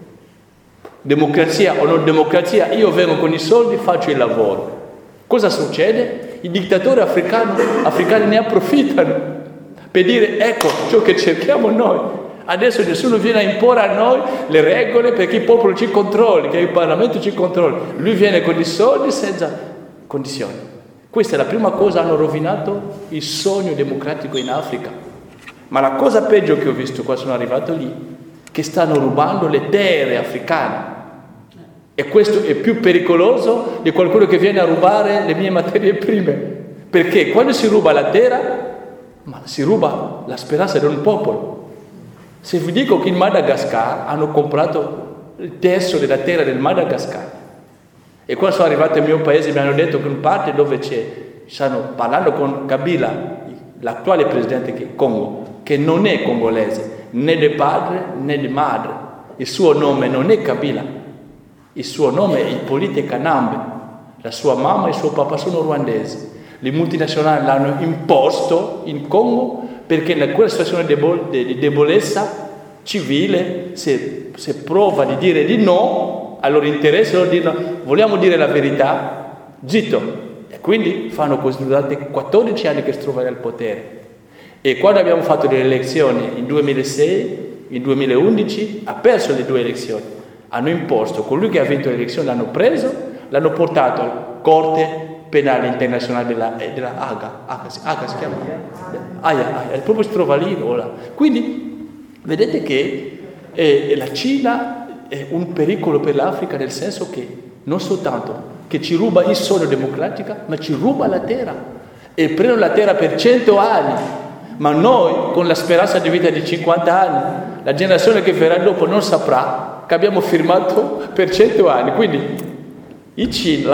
democrazia o non democrazia, io vengo con i soldi, faccio il lavoro. Cosa succede? I dittatori africani ne approfittano per dire ecco ciò che cerchiamo noi. Adesso nessuno viene a imporre a noi le regole perché il popolo ci controlli, che il Parlamento ci controlli. Lui viene con i soldi senza condizioni. Questa è la prima cosa, hanno rovinato il sogno democratico in Africa. Ma la cosa peggio che ho visto quando sono arrivato lì, che stanno rubando le terre africane. E questo è più pericoloso di qualcuno che viene a rubare le mie materie prime. Perché quando si ruba la terra, ma si ruba la speranza di un popolo. Se vi dico che in Madagascar hanno comprato il terzo della terra del Madagascar, e quando sono arrivato al mio paese mi hanno detto che in parte dove stanno parlando con Kabila, l'attuale presidente del Congo, che non è congolese, né di padre né di madre, il suo nome non è Kabila, il suo nome è Hippolyte Kanambe, la sua mamma e il suo papà sono ruandesi. Le multinazionali l'hanno imposto in Congo perché in quella situazione di debolezza civile, se prova di dire di no al loro interesse, loro dicono vogliamo dire la verità, zitto. E quindi fanno così durante 14 anni che si trovano al potere. E quando abbiamo fatto le elezioni in 2006, in 2011, ha perso le 2 elezioni. Hanno imposto, colui che ha vinto le elezioni l'hanno preso, l'hanno portato alla Corte Penale Internazionale della Haga si chiama? Haia, proprio si trova lì ora. Quindi vedete che la Cina è un pericolo per l'Africa, nel senso che non soltanto che ci ruba il sogno democratico, ma ci ruba la terra e prendono la terra per 100 anni. Ma noi, con la speranza di vita di 50 anni, la generazione che verrà dopo non saprà che abbiamo firmato per 100 anni. Quindi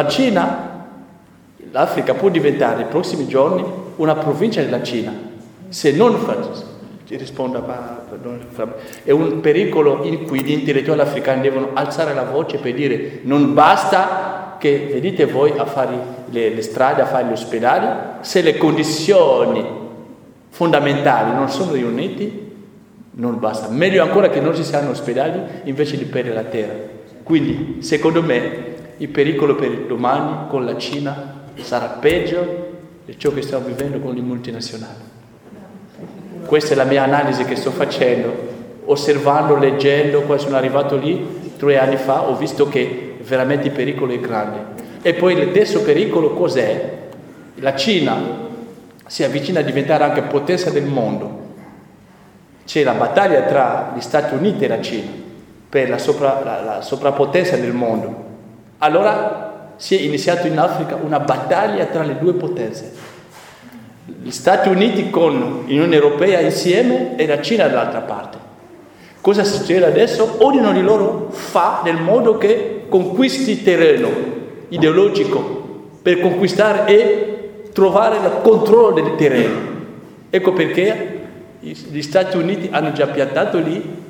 l'Africa può diventare nei prossimi giorni una provincia della Cina. Se non rispondo è un pericolo in cui gli intellettuali africani devono alzare la voce per dire non basta che vedete voi a fare le strade, a fare gli ospedali, se le condizioni fondamentali non sono riunite non basta, meglio ancora che non ci siano ospedali invece di perdere la terra. Quindi secondo me il pericolo per il domani con la Cina sarà peggio di ciò che stiamo vivendo con le multinazionali. Questa è la mia analisi che sto facendo, osservando, leggendo. Quando sono arrivato lì 3 anni fa ho visto che veramente il pericolo è grande. E poi il terzo pericolo cos'è? La Cina si avvicina a diventare anche potenza del mondo. C'è la battaglia tra gli Stati Uniti e la Cina per la sopravpotenza del mondo. Allora si è iniziato in Africa una battaglia tra le due potenze. Gli Stati Uniti con l'Unione Europea insieme e la Cina dall'altra parte. Cosa succede adesso? Ognuno di loro fa nel modo che conquisti terreno ideologico per conquistare e trovare il controllo del terreno. Ecco perché gli Stati Uniti hanno già piantato lì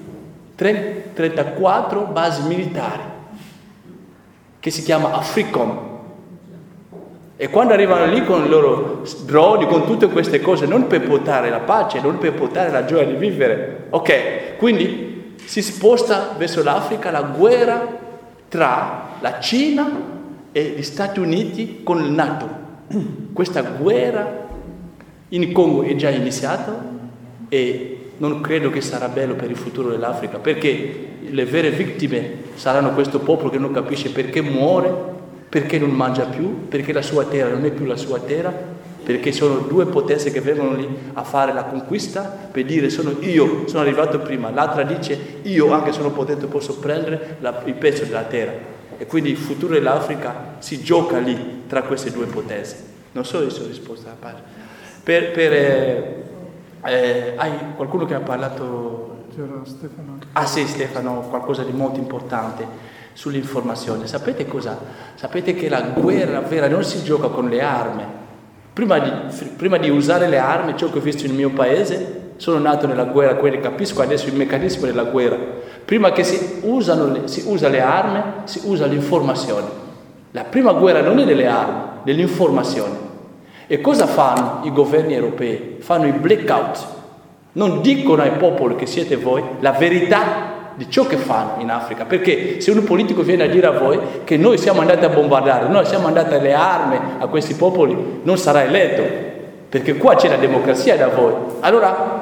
34 basi militari che si chiama AFRICOM. E quando arrivano lì con i loro droni, con tutte queste cose, non per portare la pace, non per portare la gioia di vivere. Ok, quindi si sposta verso l'Africa la guerra tra la Cina e gli Stati Uniti con il NATO. Questa guerra in Congo è già iniziata e non credo che sarà bello per il futuro dell'Africa, perché le vere vittime saranno questo popolo che non capisce perché muore, perché non mangia più, perché la sua terra non è più la sua terra, perché sono due potenze che vengono lì a fare la conquista per dire sono arrivato prima, l'altra dice io anche sono potente posso prendere il pezzo della terra, e quindi il futuro dell'Africa si gioca lì tra queste due potenze. Non so se ho risposto alla parte. Hai qualcuno che ha parlato? C'era Stefano. Ah sì, Stefano, qualcosa di molto importante sull'informazione. Sapete cosa? Sapete che la guerra vera non si gioca con le armi. Prima di usare le armi, ciò che ho visto nel mio paese, sono nato nella guerra, quindi capisco adesso il meccanismo della guerra. Prima che si usa le armi, si usa l'informazione. La prima guerra non è delle armi, dell'informazione. E cosa fanno i governi europei? Fanno i blackout. Non dicono ai popoli che siete voi la verità di ciò che fanno in Africa. Perché se un politico viene a dire a voi che noi siamo andati a bombardare, noi siamo andati alle armi a questi popoli, non sarà eletto. Perché qua c'è la democrazia da voi. Allora,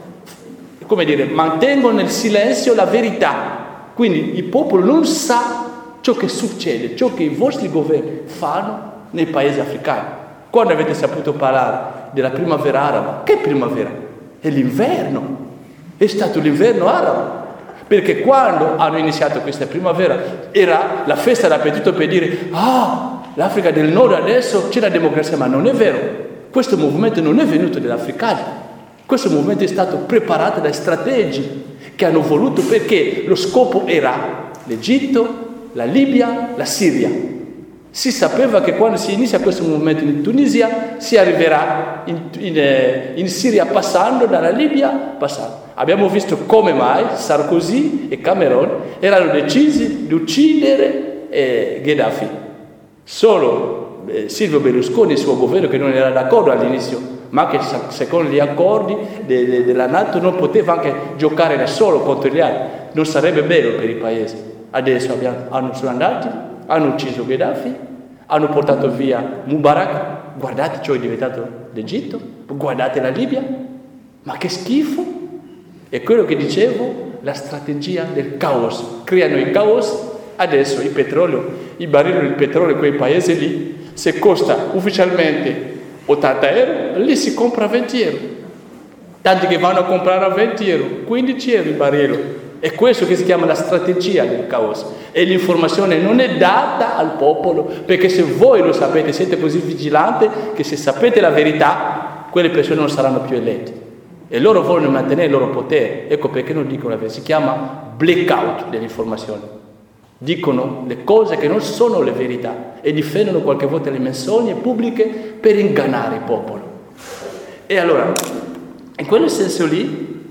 mantengono nel silenzio la verità. Quindi il popolo non sa ciò che succede, ciò che i vostri governi fanno nei paesi africani. Quando avete saputo parlare della primavera araba, che primavera? È l'inverno, è stato l'inverno arabo, perché quando hanno iniziato questa primavera era la festa dappertutto per dire l'Africa del Nord adesso c'è la democrazia, ma non è vero, questo movimento non è venuto dagli africani, questo movimento è stato preparato dai strategi che hanno voluto, perché lo scopo era l'Egitto, la Libia, la Siria. Si sapeva che quando si inizia questo movimento in Tunisia si arriverà in Siria passando dalla Libia. Abbiamo visto come mai Sarkozy e Cameron erano decisi di uccidere Gheddafi. Solo Silvio Berlusconi e il suo governo, che non era d'accordo all'inizio, ma che secondo gli accordi della NATO non poteva anche giocare da solo contro gli altri. Non sarebbe bello per il paese. Adesso sono andati, hanno ucciso Gheddafi, hanno portato via Mubarak, guardate ciò è diventato l'Egitto, guardate la Libia, ma che schifo! È quello che dicevo, la strategia del caos, creano il caos, adesso il barilo del petrolio in quei paesi lì, se costa ufficialmente 80 euro, lì si compra a 20 euro, tanti che vanno a comprare a 20 euro, 15 euro il barilo. È questo che si chiama la strategia del caos, e l'informazione non è data al popolo, perché se voi lo sapete, siete così vigilanti che se sapete la verità, quelle persone non saranno più elette e loro vogliono mantenere il loro potere. Ecco perché non dicono la verità, si chiama blackout dell'informazione, dicono le cose che non sono le verità e difendono qualche volta le menzogne pubbliche per ingannare il popolo. E allora, in quel senso lì,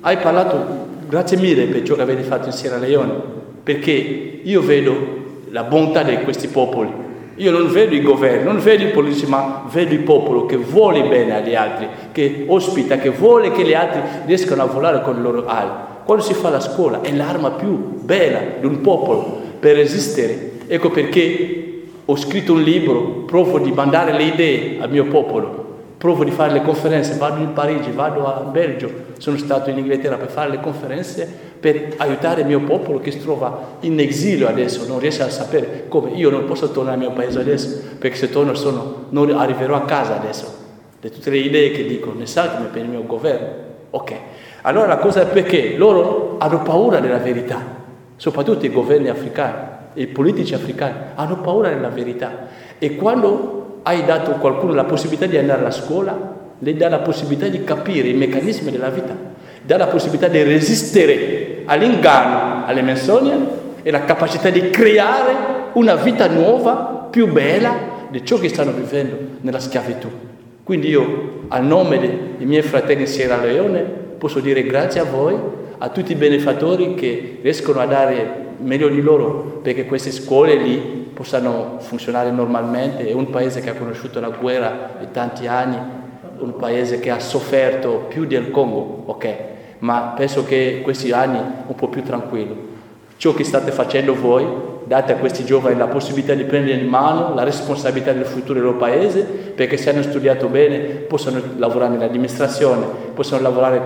hai parlato, grazie mille per ciò che avete fatto in Sierra Leone, perché io vedo la bontà di questi popoli. Io non vedo i governi, non vedo i politici, ma vedo il popolo che vuole bene agli altri, che ospita, che vuole che gli altri riescano a volare con le loro ali. Quando si fa la scuola è l'arma più bella di un popolo per resistere. Ecco perché ho scritto un libro, provo di mandare le idee al mio popolo, provo di fare le conferenze, vado in Parigi, vado a Belgio, sono stato in Inghilterra per fare le conferenze per aiutare il mio popolo che si trova in esilio adesso, non riesce a sapere come. Io non posso tornare al mio paese adesso, perché se torno non arriverò a casa adesso. Di tutte le idee che dico, ne sa come per il mio governo. Ok, allora la cosa è perché loro hanno paura della verità, soprattutto i governi africani, i politici africani hanno paura della verità. E quando hai dato a qualcuno la possibilità di andare alla scuola, le dà la possibilità di capire i meccanismi della vita, dà la possibilità di resistere all'inganno, alle menzogne e la capacità di creare una vita nuova, più bella di ciò che stanno vivendo nella schiavitù. Quindi io, a nome dei miei fratelli in Sierra Leone, posso dire grazie a voi, a tutti i benefattori che riescono a dare meglio di loro perché queste scuole lì possano funzionare normalmente. È un paese che ha conosciuto la guerra di tanti anni, un paese che ha sofferto più del Congo, ok? Ma penso che questi anni un po' più tranquillo. Ciò che state facendo voi, date a questi giovani la possibilità di prendere in mano la responsabilità del futuro del loro paese, perché se hanno studiato bene possono lavorare nell'amministrazione, possono lavorare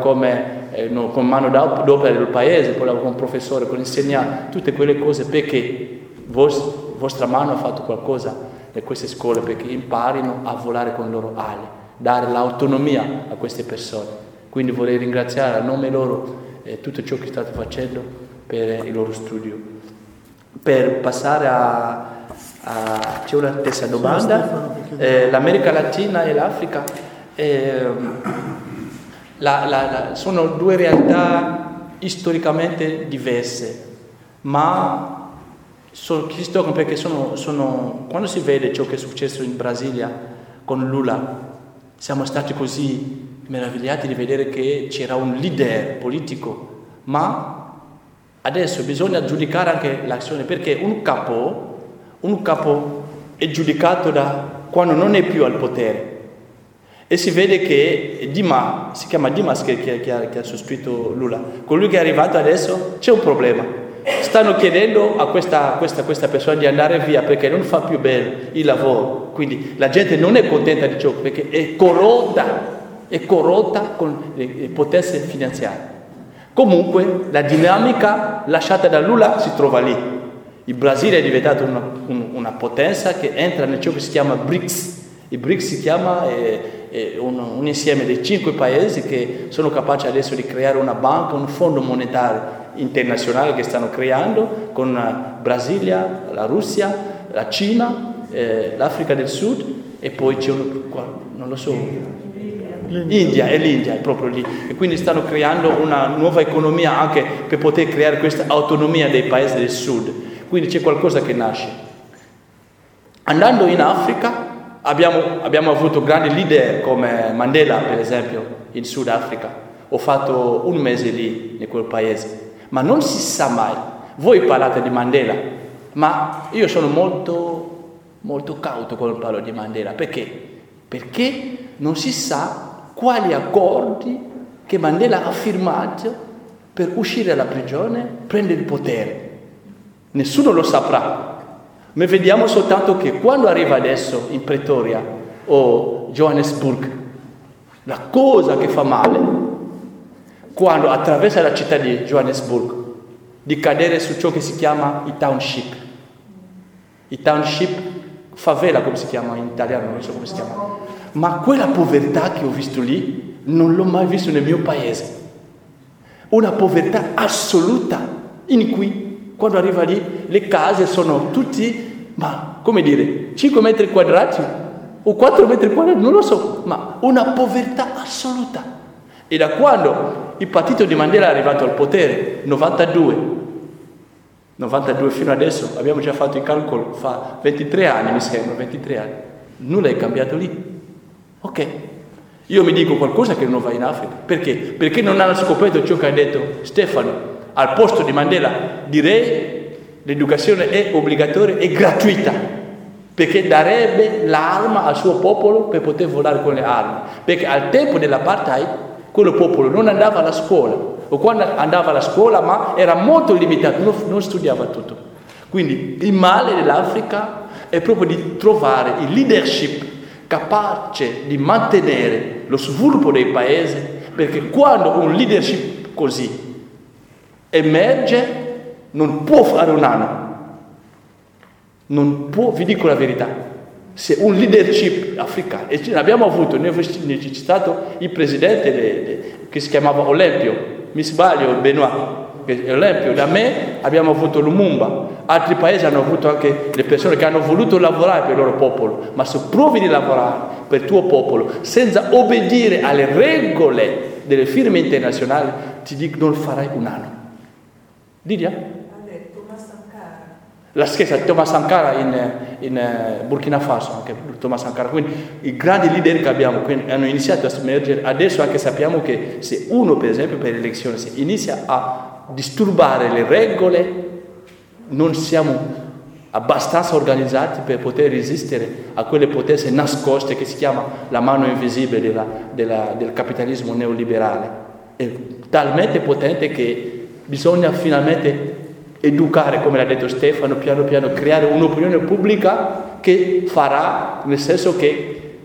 con mano d'opera del paese, poi lavorare con professore, con insegnante, tutte quelle cose perché vostra mano ha fatto qualcosa in queste scuole, perché imparino a volare con le loro ali, dare l'autonomia a queste persone. Quindi vorrei ringraziare a nome loro tutto ciò che state facendo per il loro studio. Per passare c'è una terza domanda. L'America Latina e l'Africa sono due realtà storicamente diverse, ma perché quando si vede ciò che è successo in Brasilia con Lula, siamo stati così meravigliati di vedere che c'era un leader politico, ma adesso bisogna giudicare anche l'azione, perché un capo è giudicato da quando non è più al potere. E si vede che si chiama Dimas che ha sostituito Lula, colui che è arrivato adesso, c'è un problema. Stanno chiedendo a questa persona di andare via perché non fa più bene il lavoro. Quindi la gente non è contenta di ciò perché è corrotta con le potenze finanziarie. Comunque la dinamica lasciata da Lula si trova lì. Il Brasile è diventato una potenza che entra in ciò che si chiama BRICS. Il BRICS si chiama un insieme di 5 paesi che sono capaci adesso di creare una banca, un fondo monetario internazionale che stanno creando con Brasilia, la Russia, la Cina, l'Africa del Sud e poi c'è non lo so, l'India è proprio lì. E quindi stanno creando una nuova economia anche per poter creare questa autonomia dei paesi del Sud. Quindi c'è qualcosa che nasce. Andando in Africa abbiamo avuto grandi leader come Mandela, per esempio, in Sudafrica. Ho fatto un mese lì in quel paese. Ma non si sa mai. Voi parlate di Mandela, ma io sono molto, molto cauto quando parlo di Mandela. Perché? Perché non si sa quali accordi che Mandela ha firmato per uscire dalla prigione, prendere il potere. Nessuno lo saprà. Ma vediamo soltanto che quando arriva adesso in Pretoria o Johannesburg, la cosa che fa male, quando attraversa la città di Johannesburg, di cadere su ciò che si chiama i township. I township, favela come si chiama in italiano, non so come si chiama. Ma quella povertà che ho visto lì, non l'ho mai visto nel mio paese. Una povertà assoluta, in cui quando arriva lì le case sono tutti, ma come dire, 5 metri quadrati o 4 metri quadrati, non lo so, ma una povertà assoluta. E da quando il partito di Mandela è arrivato al potere, 92 fino adesso, abbiamo già fatto il calcolo, fa 23 anni mi sembra, 23 anni, nulla è cambiato lì. Ok, Io mi dico qualcosa che non va in Africa. Perché? Perché non hanno scoperto ciò che ha detto Stefano. Al posto di Mandela direi l'educazione è obbligatoria e gratuita, perché darebbe l'arma al suo popolo per poter volare con le armi. Perché al tempo dell'apartheid quello popolo non andava alla scuola, o quando andava alla scuola ma era molto limitato, non studiava tutto. Quindi il male dell'Africa è proprio di trovare il leadership capace di mantenere lo sviluppo dei paesi, perché quando un leadership così emerge non può fare un anno, non può, vi dico la verità, se un leadership africano, e abbiamo avuto, noi c'è stato il presidente che si chiamava Olympio, mi sbaglio, Benoit, Olympio, da me abbiamo avuto Lumumba, altri paesi hanno avuto anche le persone che hanno voluto lavorare per il loro popolo, ma se provi di lavorare per il tuo popolo senza obbedire alle regole delle firme internazionali, ti dico non farai un anno. Lidia? Thomas Sankara. La stessa Thomas Sankara in Burkina Faso, anche Thomas Sankara. Quindi i grandi leader che abbiamo hanno iniziato a emergere. Adesso anche sappiamo che se uno, per esempio, per l'elezione, se inizia a disturbare le regole, non siamo abbastanza organizzati per poter resistere a quelle potenze nascoste che si chiama la mano invisibile del capitalismo neoliberale. È talmente potente che bisogna finalmente educare, come l'ha detto Stefano, piano piano creare un'opinione pubblica che farà, nel senso che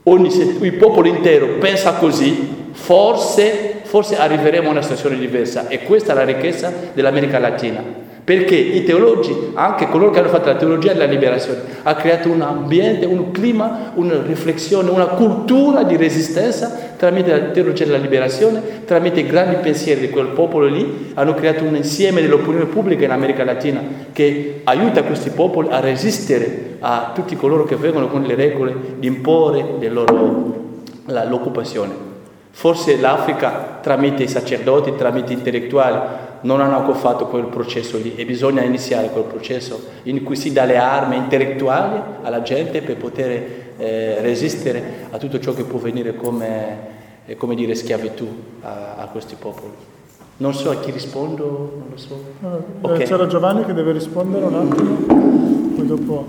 il popolo intero pensa così, forse arriveremo a una situazione diversa, e questa è la ricchezza dell'America Latina. Perché i teologi, anche coloro che hanno fatto la teologia della liberazione, ha creato un ambiente, un clima, una riflessione, una cultura di resistenza tramite la teologia della liberazione, tramite i grandi pensieri di quel popolo lì, hanno creato un insieme dell'opinione pubblica in America Latina che aiuta questi popoli a resistere a tutti coloro che vengono con le regole di imporre l'occupazione. Forse l'Africa, tramite i sacerdoti, tramite intellettuali, non hanno ancora fatto quel processo lì, e bisogna iniziare quel processo in cui si dà le armi intellettuali alla gente per poter resistere a tutto ciò che può venire come dire schiavitù a questi popoli. Non so a chi rispondo, non lo so. Okay. C'era Giovanni che deve rispondere un attimo, poi dopo.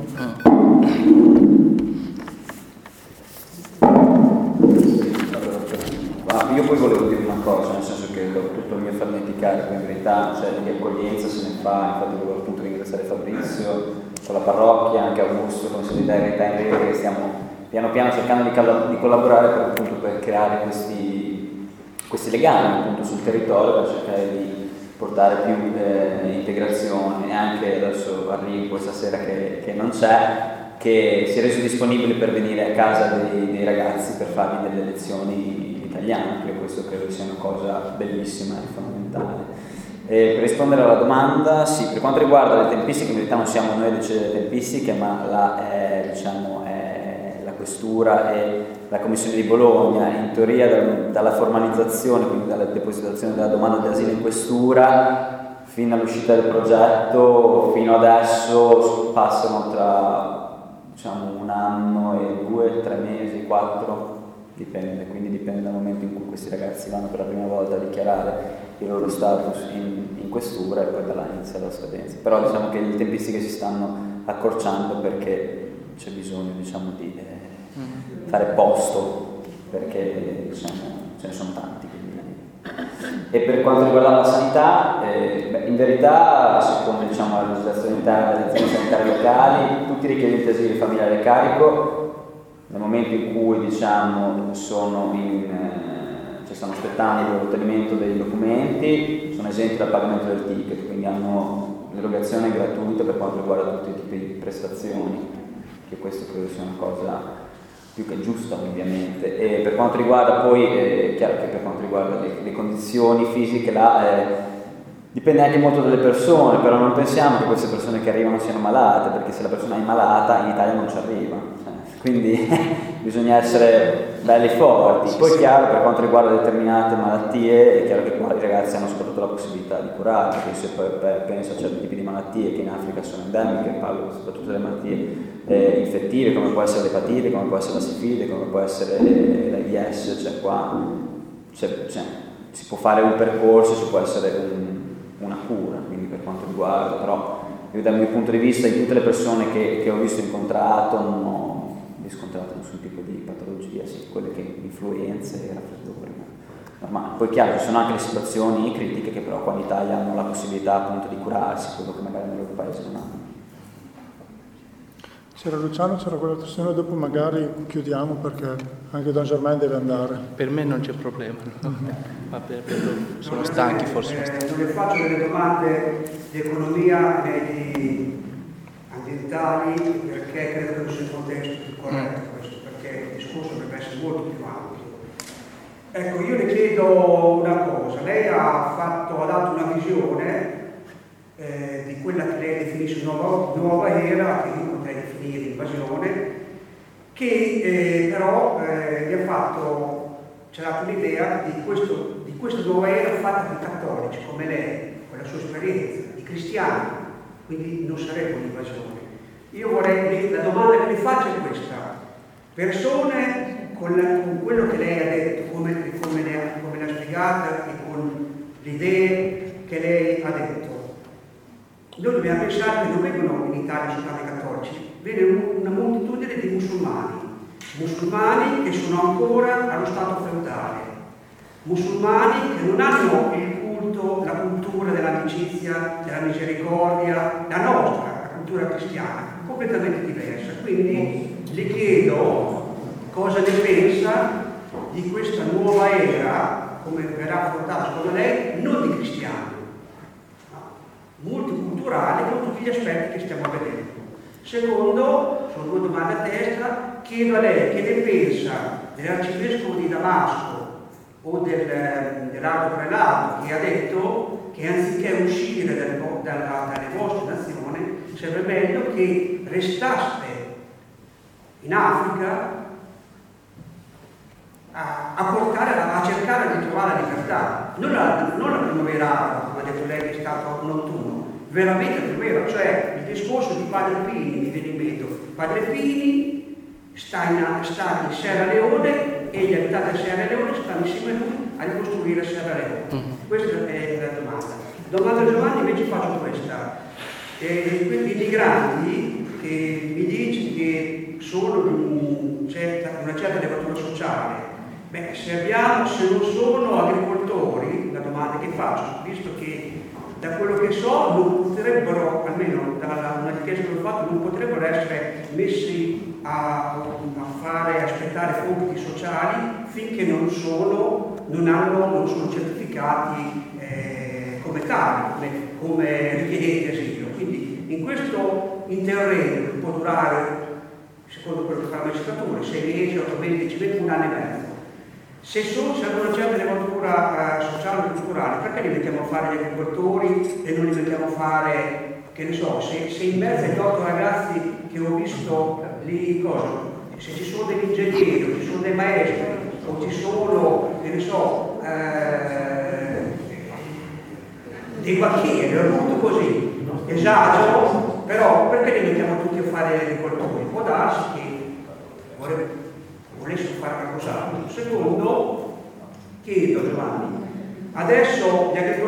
Io poi volevo dire una cosa, nel senso che tutto il mio farneticare, poi in verità, cioè di accoglienza se ne fa, infatti volevo appunto ringraziare Fabrizio, con la parrocchia, anche Augusto, con solidarietà in rete, che stiamo piano piano cercando di collaborare per creare questi legami appunto sul territorio, per cercare di portare più integrazione, e anche adesso arrivo questa sera che non c'è, che si è reso disponibile per venire a casa dei ragazzi per fargli delle lezioni italiane, perché questo credo sia una cosa bellissima e fondamentale. Per rispondere alla domanda, sì, per quanto riguarda le tempistiche, in verità non siamo noi a decidere le tempistiche, ma la Questura e la Commissione di Bologna. In teoria dalla formalizzazione, quindi dalla depositazione della domanda di asilo in Questura fino all'uscita del progetto, fino adesso passano tra un anno e 2, 3 mesi, 4, dipende, quindi dipende dal momento in cui questi ragazzi vanno per la prima volta a dichiarare il loro status in Questura, e poi da là inizia la scadenza. Però diciamo che le tempistiche si stanno accorciando perché c'è bisogno di fare posto, perché ce ne sono tanti. E per quanto riguarda la sanità, in verità, secondo la legislazione interna delle aziende sanitarie locali, tutti i richiedenti asilo familiari a carico, nel momento in cui stanno aspettando l'ottenimento dei documenti, sono esenti dal pagamento del ticket, quindi hanno l'erogazione gratuita per quanto riguarda tutti i tipi di prestazioni, che questo credo sia una cosa più che giusta, ovviamente. E per quanto riguarda poi, è chiaro che per quanto riguarda le condizioni fisiche, dipende anche molto dalle persone, però non pensiamo che queste persone che arrivano siano malate, perché se la persona è malata in Italia non ci arriva. quindi bisogna essere belli forti. Poi è chiaro, per quanto riguarda determinate malattie, è chiaro che qua i ragazzi hanno soprattutto la possibilità di curare, perché se poi penso a certi tipi di malattie che in Africa sono endemiche, parlo soprattutto delle malattie infettive, come può essere l'epatite, come può essere la sifilide, come può essere l'AIDS, cioè qua si può fare un percorso, ci può essere una cura, quindi per quanto riguarda, però io dal mio punto di vista, di tutte le persone che ho visto incontrato, non ho riscontrato nessun tipo di patologia, sì, quelle che influenze e raffreddori, normale. Poi chiaro, ci sono anche le situazioni critiche che però qua in Italia hanno la possibilità appunto di curarsi, quello che magari nei loro paesi non hanno. C'era Luciano, c'era quell'altra signora, dopo magari chiudiamo perché anche Don Germain deve andare. Per me non c'è problema, no? Ma per loro sono stanchi, forse sono stanchi. Non le faccio delle domande di economia e di ambientali perché credo che non sia il contesto più corretto questo, perché il discorso dovrebbe essere molto più ampio. Ecco, io le chiedo una cosa, lei ha dato una visione di quella che lei definisce nuova era, che io potrei definire invasione, che però ci ha dato l'idea di questa nuova era fatta di cattolici come lei, con la sua esperienza, di cristiani, quindi non sarebbe un'invasione. Io la domanda che le faccio è questa: persone con quello che lei ha detto, come l'ha spiegata e con le idee che lei ha detto, noi dobbiamo pensare che non vengono in Italia soltanto i cattolici, viene una moltitudine di musulmani che sono ancora allo stato feudale, musulmani che non hanno il culto, la cultura dell'amicizia, della misericordia, la nostra, la cultura cristiana, completamente diversa. Quindi le chiedo cosa ne pensa di questa nuova era, come verrà affrontata secondo lei, non di cristiani, multiculturale, con tutti gli aspetti che stiamo vedendo. Secondo, sono due domande a testa, chiedo a lei che ne pensa dell'arcivescovo di Damasco o dell'alto prelato che ha detto che anziché uscire dalle vostre nazioni sarebbe meglio che restaste in Africa a cercare di trovare la libertà, non la primavera araba, come ha detto lei, che è stato un autunno, veramente primavera, cioè il discorso di Padre Pini mi viene in mente. Padre Pini sta in Sierra Leone e gli abitanti di Sierra Leone stanno insieme a lui a ricostruire Sierra Leone. Questa è la domanda. Domanda a Giovanni invece faccio questa. I migranti che mi dici che sono di una certa levatura sociale, se non sono agricoltori, la domanda che faccio, visto che da quello che so non potrebbero, almeno dalla richiesta che ho fatto, non potrebbero essere messi a aspettare compiti sociali finché non sono certificati come tali, come richiedenti asilo. Quindi in questo interregno che può durare, secondo quello che fa la magistratura, 6 mesi, 8 mesi, 10 mesi, 1 anno e mezzo, se hanno una certa levatura sociale e culturale, perché li mettiamo a fare gli agricoltori e non li mettiamo a fare, che ne so, se in mezzo agli 8 ragazzi che ho visto lì, se ci sono degli ingegneri, o ci sono dei maestri, o ci sono, che ne so, dei banchieri, è tutto così, esagero, però perché li mettiamo tutti a fare gli agricoltori? Può darsi che volessero fare qualcos'altro. Secondo, chiedo Giovanni, adesso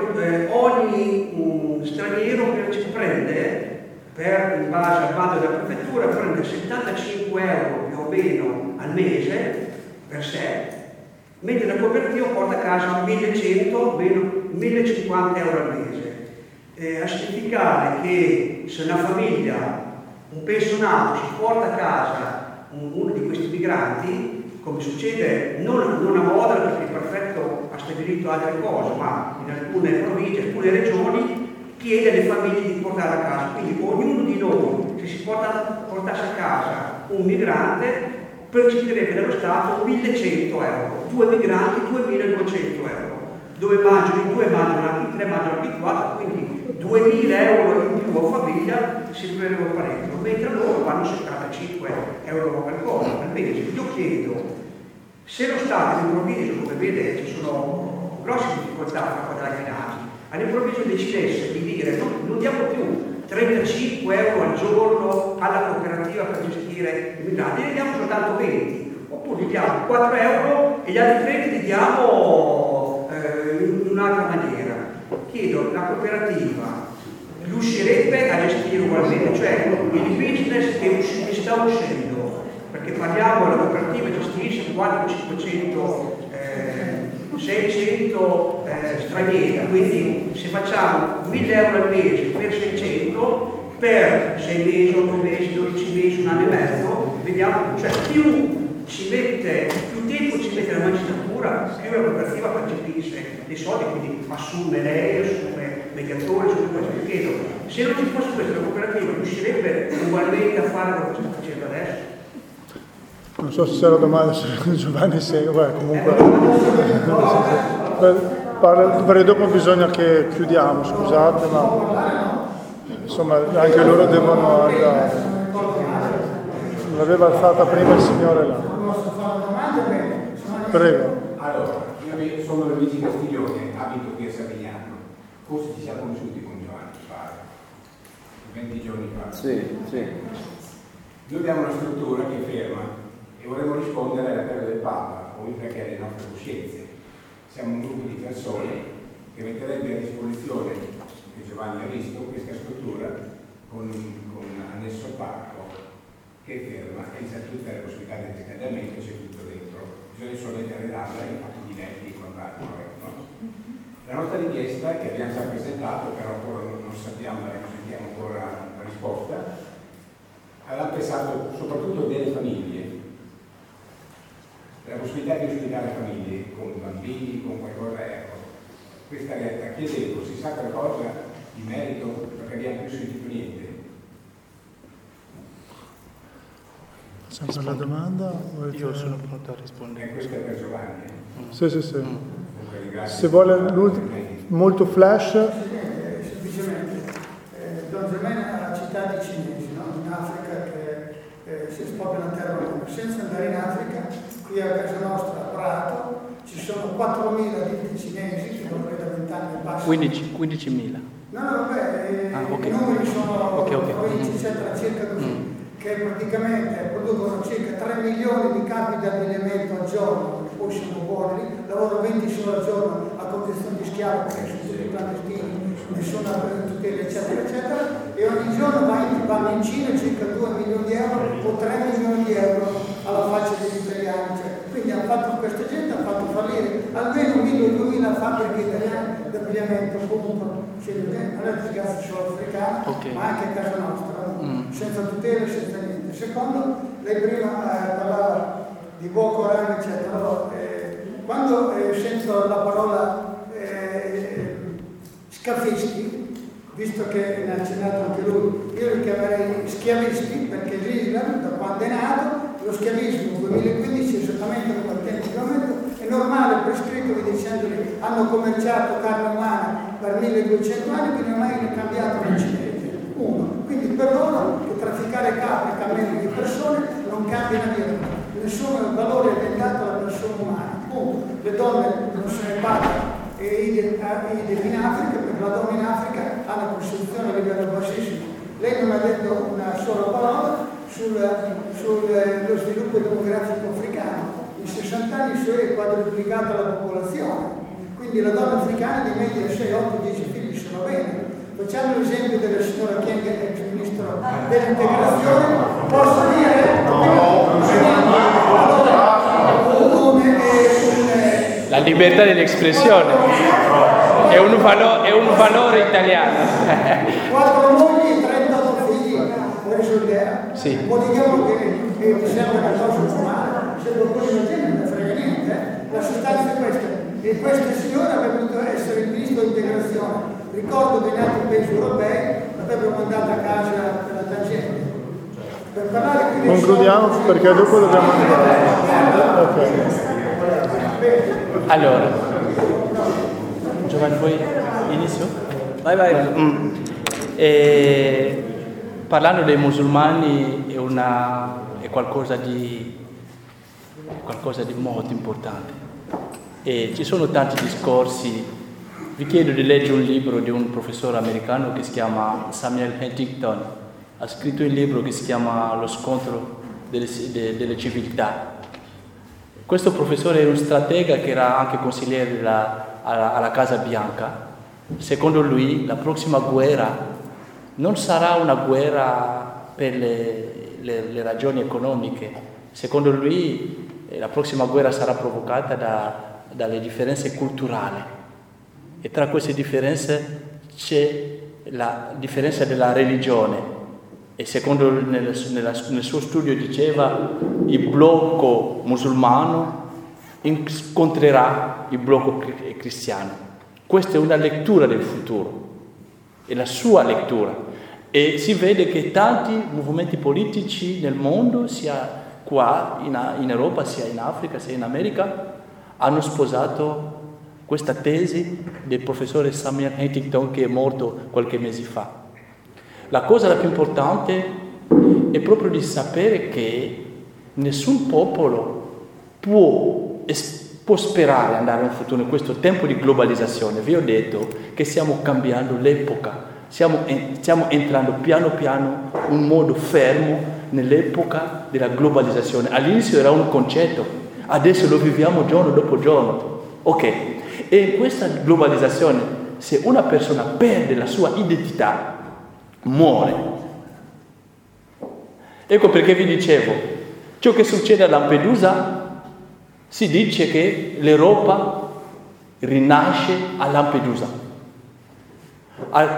ogni straniero che ci prende, in base al bando della prefettura, prende 75 euro più o meno al mese per sé, mentre la cooperativa porta a casa 1100 meno 1050 euro al mese. A significare che se una famiglia, un pensionato, si porta a casa uno di questi migranti, come succede non a Modena, perché il prefetto ha stabilito altre cose, ma in alcune province, in alcune regioni, chiede alle famiglie di portare a casa. Quindi ognuno di noi, se si portasse a casa un migrante, percepirebbe dallo Stato 1100 euro, 2 migranti 2200 euro, dove mangiano in 2, mangiano anche in 3, mangiano anche in 4, quindi 2.000 euro in più a famiglia si riveleva parecchio, mentre loro vanno 75 euro qualcosa al mese. Io chiedo, se lo Stato all'improvviso, come vede, ci sono grosse difficoltà per guadagnare i nati, all'improvviso decidesse di dire non diamo più 35 euro al giorno alla cooperativa per gestire i migranti, ne diamo soltanto 20, oppure gli diamo 4 euro e gli altri 20 li diamo in un'altra maniera. Chiedo, la cooperativa riuscirebbe a gestire ugualmente, cioè il business che sta uscendo, perché parliamo, la cooperativa gestisce 400-500 600 stranieri, quindi se facciamo 1.000 euro al mese per 600, per 6 mesi, 8 mesi, 12 mesi, un anno e mezzo, vediamo, cioè più tempo ci mette la magistratura, più la cooperativa percepisce dei soldi, quindi assume lei, assume mediatori, assume questo. Chiedo, se non ci fosse questo, la cooperativa riuscirebbe ugualmente a fare quello che sta facendo adesso? Non so se c'è la domanda, se Giovanni segue, comunque. Perché dopo bisogna che chiudiamo, scusate, ma insomma anche loro devono andare. L'aveva alzata prima il signore là. Posso fare una domanda? Prego. Allora, io sono Luigi Castiglione, abito qui a Savignano. Forse ci siamo conosciuti con Giovanni, pare, 20 giorni fa. Sì. Noi abbiamo una struttura che è ferma e vorremmo rispondere all'appello del Papa, oltre che alle nostre coscienze. Siamo un gruppo di persone che metterebbe a disposizione, che Giovanni ha visto, questa struttura con annesso parco che è ferma e c'è tutte le possibilità di riscaldamento, c'è tutto dentro. Bisogna solo arredarla in fatto di letti e quant'altro. No? La nostra richiesta, che abbiamo già presentato, però ancora non sappiamo, non sentiamo ancora la risposta, aveva pensato soprattutto delle famiglie, la possibilità di ospitare famiglie con bambini, con qualcosa, ecco. Questa realtà, chiedevo, si sa qualcosa di merito, perché abbiamo più sentito niente. Sempre la domanda? Io sono pronto a rispondere. Questo è per Giovanni. Sì. Se vuole molto flash. Semplicemente, Don Giovanni ha citato i cinesi, no? In Africa che si spoppa la terra lunga. Senza andare in Africa, qui a casa nostra, a Prato, ci sono 4.000 ditte cinesi che non vedo da 20 anni basta. 15.000. No, vabbè, okay. I numeri sono okay. eccetera, circa così. Che praticamente producono circa 3 milioni di capi di abbigliamento al giorno, poi sono buoni, lavorano 20 solo al giorno a condizioni di schiavo perché sono tutti clandestini, nessuna tutela eccetera eccetera, e ogni giorno vanno in Cina circa 2 milioni di euro o 3 milioni di euro alla faccia degli italiani. Quindi questa gente ha fatto fallire almeno 1.000-2.000 fabbriche italiane di abbigliamento, comunque non è disgrazia solo africana, ma anche a casa nostra. Senza tutela, senza niente. Secondo, lei prima parlava di Boko Haram, eccetera. Allora, quando sento la parola scafisti, visto che ne ha accennato anche lui, io li chiamerei schiavisti, perché l'Islam, da quando è nato, lo schiavismo 2015, esattamente come al tempo di momento, è normale, prescritto, dicendoli, hanno commerciato carne umana per 1200 anni, quindi ormai è cambiato l'Occidente. Uno, quindi per loro che trafficare capre, cammelli di persone non cambia niente, nessun valore è legato alla persona umana. Punto. Le donne non se ne parlano in Africa, perché la donna in Africa ha una costituzione a livello bassissimo. Lei non ha detto una sola parola sullo sviluppo demografico africano. In 60 anni si è quadruplicata la popolazione, quindi la donna africana di media 6, 8, 10 figli sono bene. Facciamo l'esempio della signora Chiang, ex ministro dell'integrazione, posso dire? La libertà dell'espressione è un valore italiano. 4 mogli e 38 figli, ho reso l'idea. Sì. Poi diciamo che mi sembra una cosa normale, se qualcuno non tiene non ne frega niente. La sostanza è questa, e questa signora avrebbe dovuto essere il ministro dell'integrazione. Ricordo che in altri paesi europei l'avrebbero mandato a casa per la tangente. Per parlare qui concludiamo perché dopo dobbiamo andare. Okay. Allora, Giovanni, vuoi inizio? Vai. E parlando dei musulmani è qualcosa di molto importante. E ci sono tanti discorsi. Vi chiedo di leggere un libro di un professore americano che si chiama Samuel Huntington. Ha scritto un libro che si chiama Lo scontro delle civiltà. Questo professore è un stratega che era anche consigliere alla Casa Bianca. Secondo lui la prossima guerra non sarà una guerra per le ragioni economiche. Secondo lui la prossima guerra sarà provocata dalle differenze culturali. E tra queste differenze c'è la differenza della religione. E secondo nel suo studio diceva il blocco musulmano incontrerà il blocco cristiano. Questa è una lettura del futuro, è la sua lettura. E si vede che tanti movimenti politici nel mondo, sia qua in Europa, sia in Africa, sia in America, hanno sposato questa tesi del professore Samuel Huntington che è morto qualche mese fa. La cosa più importante è proprio di sapere che nessun popolo può sperare di andare in futuro in questo tempo di globalizzazione. Vi ho detto che stiamo cambiando l'epoca, stiamo entrando piano piano in un modo fermo nell'epoca della globalizzazione. All'inizio era un concetto, adesso lo viviamo giorno dopo giorno. Ok, e in questa globalizzazione, se una persona perde la sua identità, muore. Ecco perché vi dicevo, ciò che succede a Lampedusa, si dice che l'Europa rinasce a Lampedusa. Al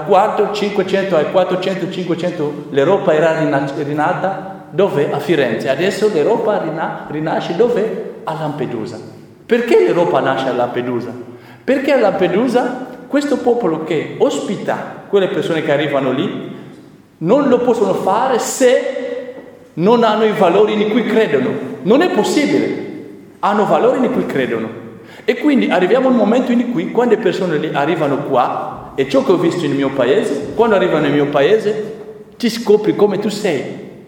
400-500 l'Europa era rinata dove? A Firenze. Adesso l'Europa rinasce dove? A Lampedusa. Perché l'Europa nasce a Lampedusa? Perché a Lampedusa questo popolo che ospita quelle persone che arrivano lì non lo possono fare se non hanno i valori in cui credono. Non è possibile. Hanno valori in cui credono. E quindi arriviamo a un momento in cui quando le persone lì arrivano qua, e ciò che ho visto nel mio paese, quando arrivano nel mio paese, ti scopri come tu sei.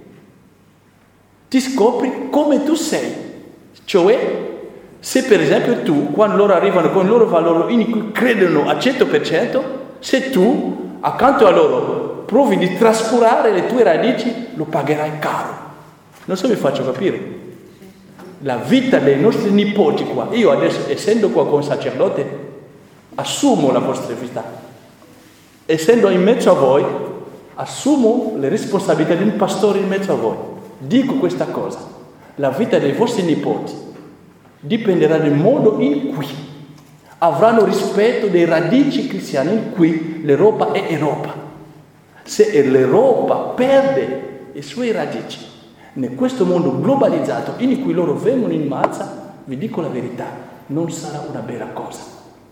Ti scopri come tu sei. Cioè, se per esempio tu, quando loro arrivano con i loro valori in cui credono al 100%, se tu, accanto a loro, provi di trascurare le tue radici, lo pagherai caro. Non so se vi faccio capire. La vita dei nostri nipoti qua, io adesso, essendo qua come sacerdote, assumo la vostra vita. Essendo in mezzo a voi, assumo le responsabilità di un pastore in mezzo a voi. Dico questa cosa. La vita dei vostri nipoti dipenderà dal modo in cui avranno rispetto dei radici cristiane in cui l'Europa è Europa. Se l'Europa perde le sue radici in questo mondo globalizzato in cui loro vengono in massa, vi dico la verità, non sarà una bella cosa.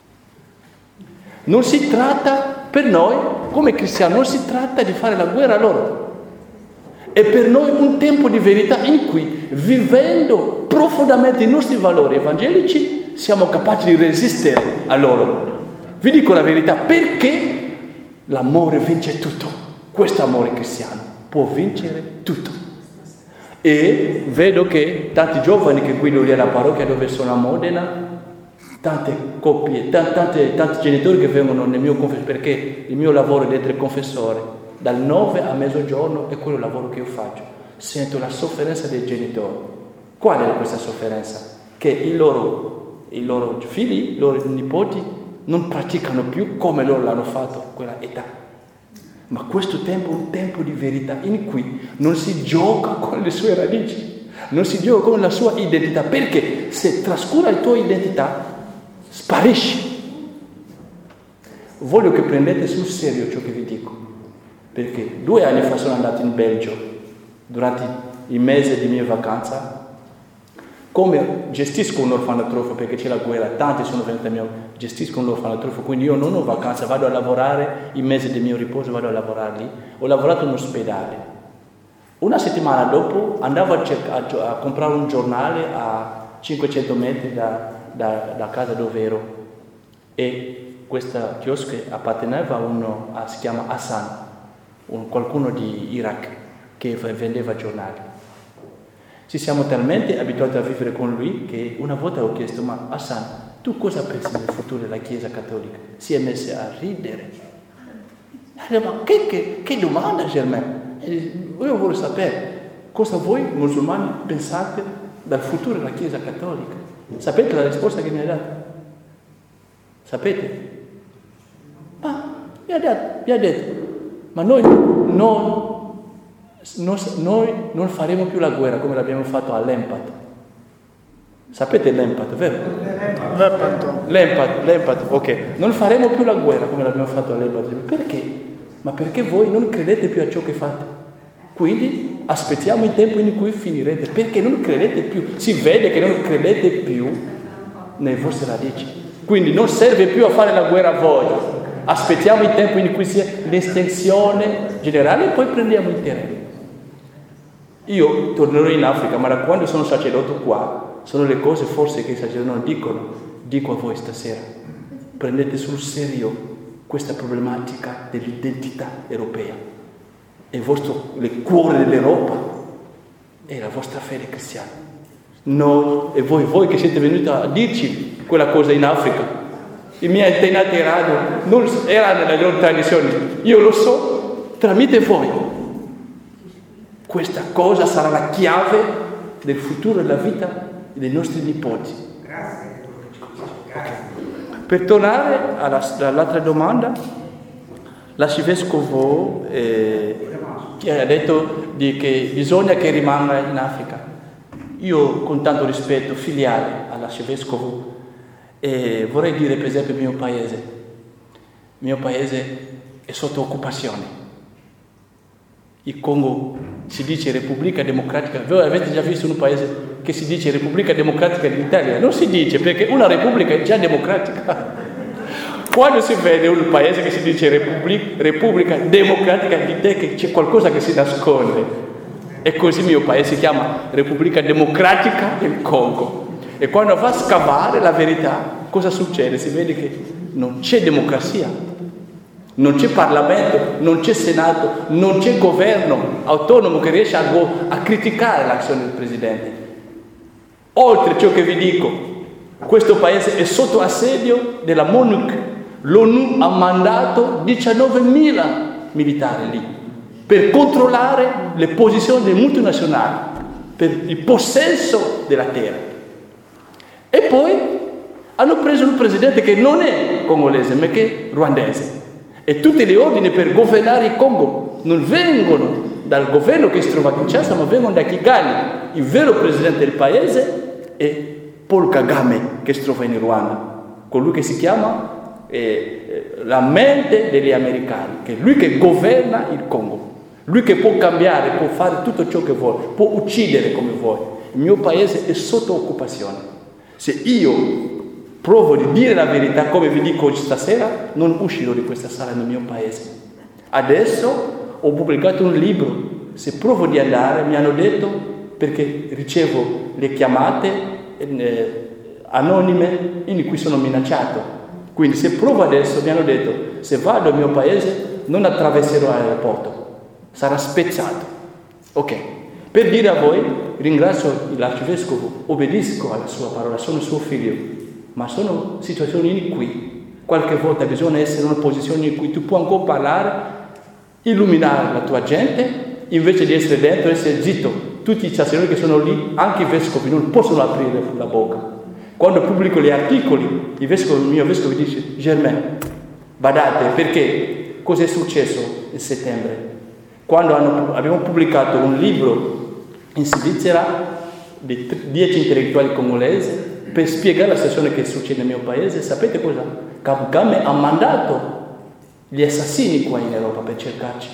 Non si tratta per noi, come cristiani, non si tratta di fare la guerra a loro. È per noi un tempo di verità in cui, vivendo profondamente i nostri valori evangelici, siamo capaci di resistere a loro. Vi dico la verità, perché l'amore vince tutto. Questo amore cristiano può vincere tutto. E vedo che tanti giovani che guidano lì alla parrocchia dove sono a Modena, tante coppie, tanti genitori che vengono nel mio confessore, perché il mio lavoro è essere confessore, dal 9 a mezzogiorno è quello lavoro che io faccio. Sento la sofferenza dei genitori. Qual è questa sofferenza? Che i loro figli, i loro nipoti non praticano più come loro l'hanno fatto a quella età. Ma questo tempo è un tempo di verità in cui non si gioca con le sue radici, non si gioca con la sua identità, perché se trascura la tua identità sparisci. Voglio che prendete sul serio ciò che vi dico, perché 2 anni fa sono andato in Belgio durante il mese di mia vacanza. Come gestisco un orfanotrofio, perché c'è la guerra, tanti sono venuti a me, gestisco un orfanotrofio, quindi io non ho vacanza, vado a lavorare, il mese del mio riposo vado a lavorare lì. Ho lavorato in ospedale. Una settimana dopo andavo a comprare un giornale a 500 metri da casa dove ero, e questa chiosca apparteneva a uno, si chiama Hassan. qualcuno di Iraq che vendeva giornali. Ci siamo talmente abituati a vivere con lui che una volta ho chiesto: ma Hassan, tu cosa pensi del futuro della Chiesa Cattolica? Si è messo a ridere. Ma che domanda, Germain? Io voglio sapere cosa voi musulmani pensate del futuro della Chiesa Cattolica. Sapete la risposta che mi ha dato? Sapete? Ma mi ha detto, ma noi non faremo più la guerra come l'abbiamo fatto all'Empat. Sapete l'Empat, vero? L'Empat, ok. Non faremo più la guerra come l'abbiamo fatto all'Empat. Perché? Ma perché voi non credete più a ciò che fate. Quindi aspettiamo il tempo in cui finirete, perché non credete più. Si vede che non credete più nelle vostre radici. Quindi non serve più a fare la guerra a voi. Aspettiamo il tempo in cui sia l'estensione generale e poi prendiamo il terreno. Io tornerò in Africa, ma da quando sono sacerdote qua, sono le cose forse che i sacerdoti non dicono. Dico a voi stasera: prendete sul serio questa problematica dell'identità europea. Il cuore dell'Europa è la vostra fede cristiana. Noi e voi che siete venuti a dirci quella cosa in Africa. I miei antenati erano nelle loro tradizioni. Io lo so tramite voi. Questa cosa sarà la chiave del futuro della vita dei nostri nipoti. Grazie. Okay. Per tornare all'altra domanda, l'arcivescovo ha detto che bisogna che rimanga in Africa. Io, con tanto rispetto filiale all'arcivescovo, vorrei dire per esempio il mio paese è sotto occupazione. Il Congo si dice Repubblica Democratica. Voi avete già visto un paese che si dice Repubblica Democratica d'Italia? Non si dice, perché una repubblica è già democratica. Quando si vede un paese che si dice Repubblica Democratica d'Italia, che c'è qualcosa che si nasconde. E così il mio paese si chiama Repubblica Democratica del Congo. E quando va a scavare la verità, cosa succede? Si vede che non c'è democrazia. Non c'è Parlamento, non c'è Senato, non c'è governo autonomo che riesce a criticare l'azione del Presidente. Oltre ciò che vi dico, questo paese è sotto assedio della MONUC. L'ONU ha mandato 19.000 militari lì per controllare le posizioni delle multinazionali, per il possesso della terra. E poi hanno preso un presidente che non è congolese, ma che è ruandese. E tutti gli ordini per governare il Congo non vengono dal governo che si trova a Kinshasa, ma vengono da Kigali. Il vero presidente del paese è Paul Kagame, che si trova in Ruanda, colui che si chiama la mente degli americani, che è lui che governa il Congo, lui che può cambiare, può fare tutto ciò che vuole, può uccidere come vuole. Il mio paese è sotto occupazione. Se io provo di dire la verità, come vi dico oggi stasera, non uscirò di questa sala nel mio paese. Adesso ho pubblicato un libro. Se provo di andare, mi hanno detto, perché ricevo le chiamate anonime in cui sono minacciato. Quindi se provo adesso, mi hanno detto, se vado al mio paese non attraverserò l'aeroporto, sarà spezzato. Ok. Per dire a voi, ringrazio l'arcivescovo, obbedisco alla sua parola, sono suo figlio. Ma sono situazioni in cui qualche volta bisogna essere in una posizione in cui tu puoi ancora parlare, illuminare la tua gente, invece di essere dentro e essere zitto. Tutti i sacerdoti che sono lì, anche i vescovi, non possono aprire la bocca. Quando pubblico gli articoli, il mio vescovo dice: Germain, badate, perché cosa è successo in settembre? Quando abbiamo pubblicato un libro in Svizzera di 10 intellettuali congolesi, per spiegare la situazione che succede nel mio paese, sapete cosa? Kagame ha mandato gli assassini qua in Europa per cercarci.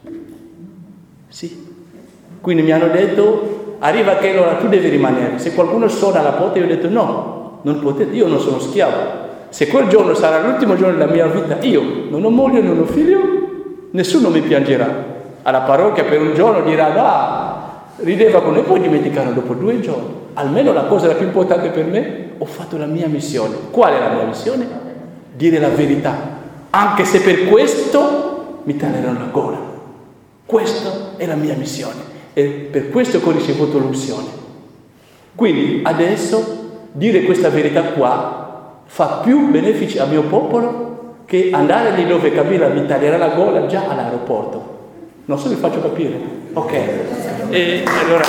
Sì. Quindi mi hanno detto, arriva che allora tu devi rimanere. Se qualcuno suona alla porta, io ho detto no, non potete, io non sono schiavo. Se quel giorno sarà l'ultimo giorno della mia vita, io non ho moglie, non ho figlio, nessuno mi piangerà. Alla parrocchia per un giorno dirà, rideva con noi, poi dimenticarono dopo 2 giorni. Almeno la cosa più importante per me, ho fatto la mia missione. Qual è la mia missione? Dire la verità, anche se per questo mi taglieranno la gola. Questa è la mia missione e per questo che ho ricevuto l'unzione. Quindi adesso dire questa verità qua fa più benefici al mio popolo che andare lì dove Kabila mi taglierà la gola già all'aeroporto. Non so se vi faccio capire. Ok. E allora...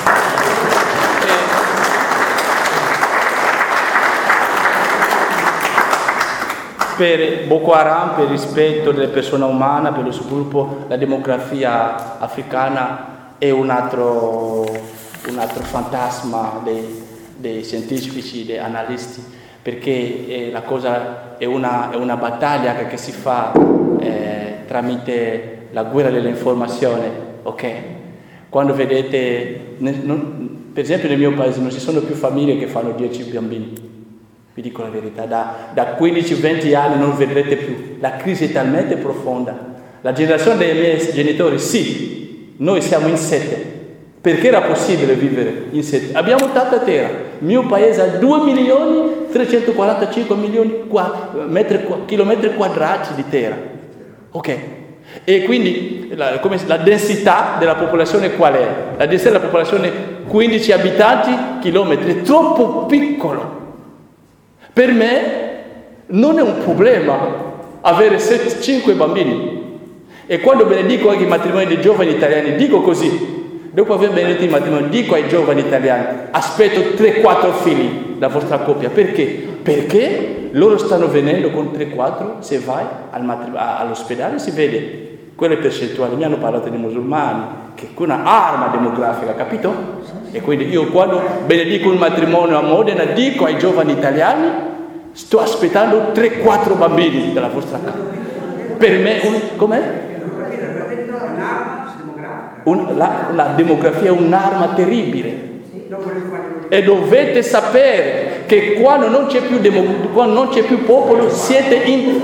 per Boko Haram, per il rispetto delle persone umane, per lo sviluppo, la demografia africana è un altro fantasma dei scientifici, dei analisti, perché la cosa è una battaglia che si fa tramite la guerra dell'informazione, ok? Quando vedete, per esempio nel mio paese non ci sono più famiglie che fanno 10 bambini. Vi dico la verità, da 15-20 anni non vedrete più. La crisi è talmente profonda. La generazione dei miei genitori, sì, noi siamo in 7. Perché era possibile vivere in 7? Abbiamo tanta terra. Il mio paese ha 2.345.000.000 chilometri quadrati di terra. Ok? E quindi la densità della popolazione qual è? La densità della popolazione 15 abitanti chilometri, è troppo piccolo. Per me non è un problema avere 5 bambini. E quando benedico anche i matrimoni dei giovani italiani, dico così, dopo aver benedetto i matrimoni, dico ai giovani italiani, aspetto 3-4 figli la vostra coppia. Perché? Perché loro stanno venendo con 3-4, se vai all'ospedale si vede quelle percentuali. Mi hanno parlato di musulmani, che è una arma demografica, capito? E quindi io quando benedico un matrimonio a Modena dico ai giovani italiani, sto aspettando 3-4 bambini dalla vostra casa. Per me, com'è? La demografia è un'arma terribile. E dovete sapere che quando non c'è più popolo siete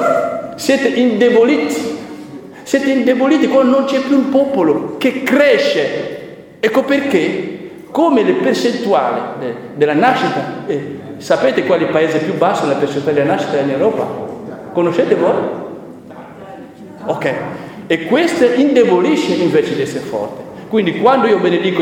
indeboliti. Siete indeboliti quando non c'è più un popolo che cresce. Ecco perché, come le percentuali della nascita, sapete qual è il paese più basso nella percentuale della nascita in Europa? Conoscete voi? Ok. E questo indebolisce invece di essere forte. Quindi quando io benedico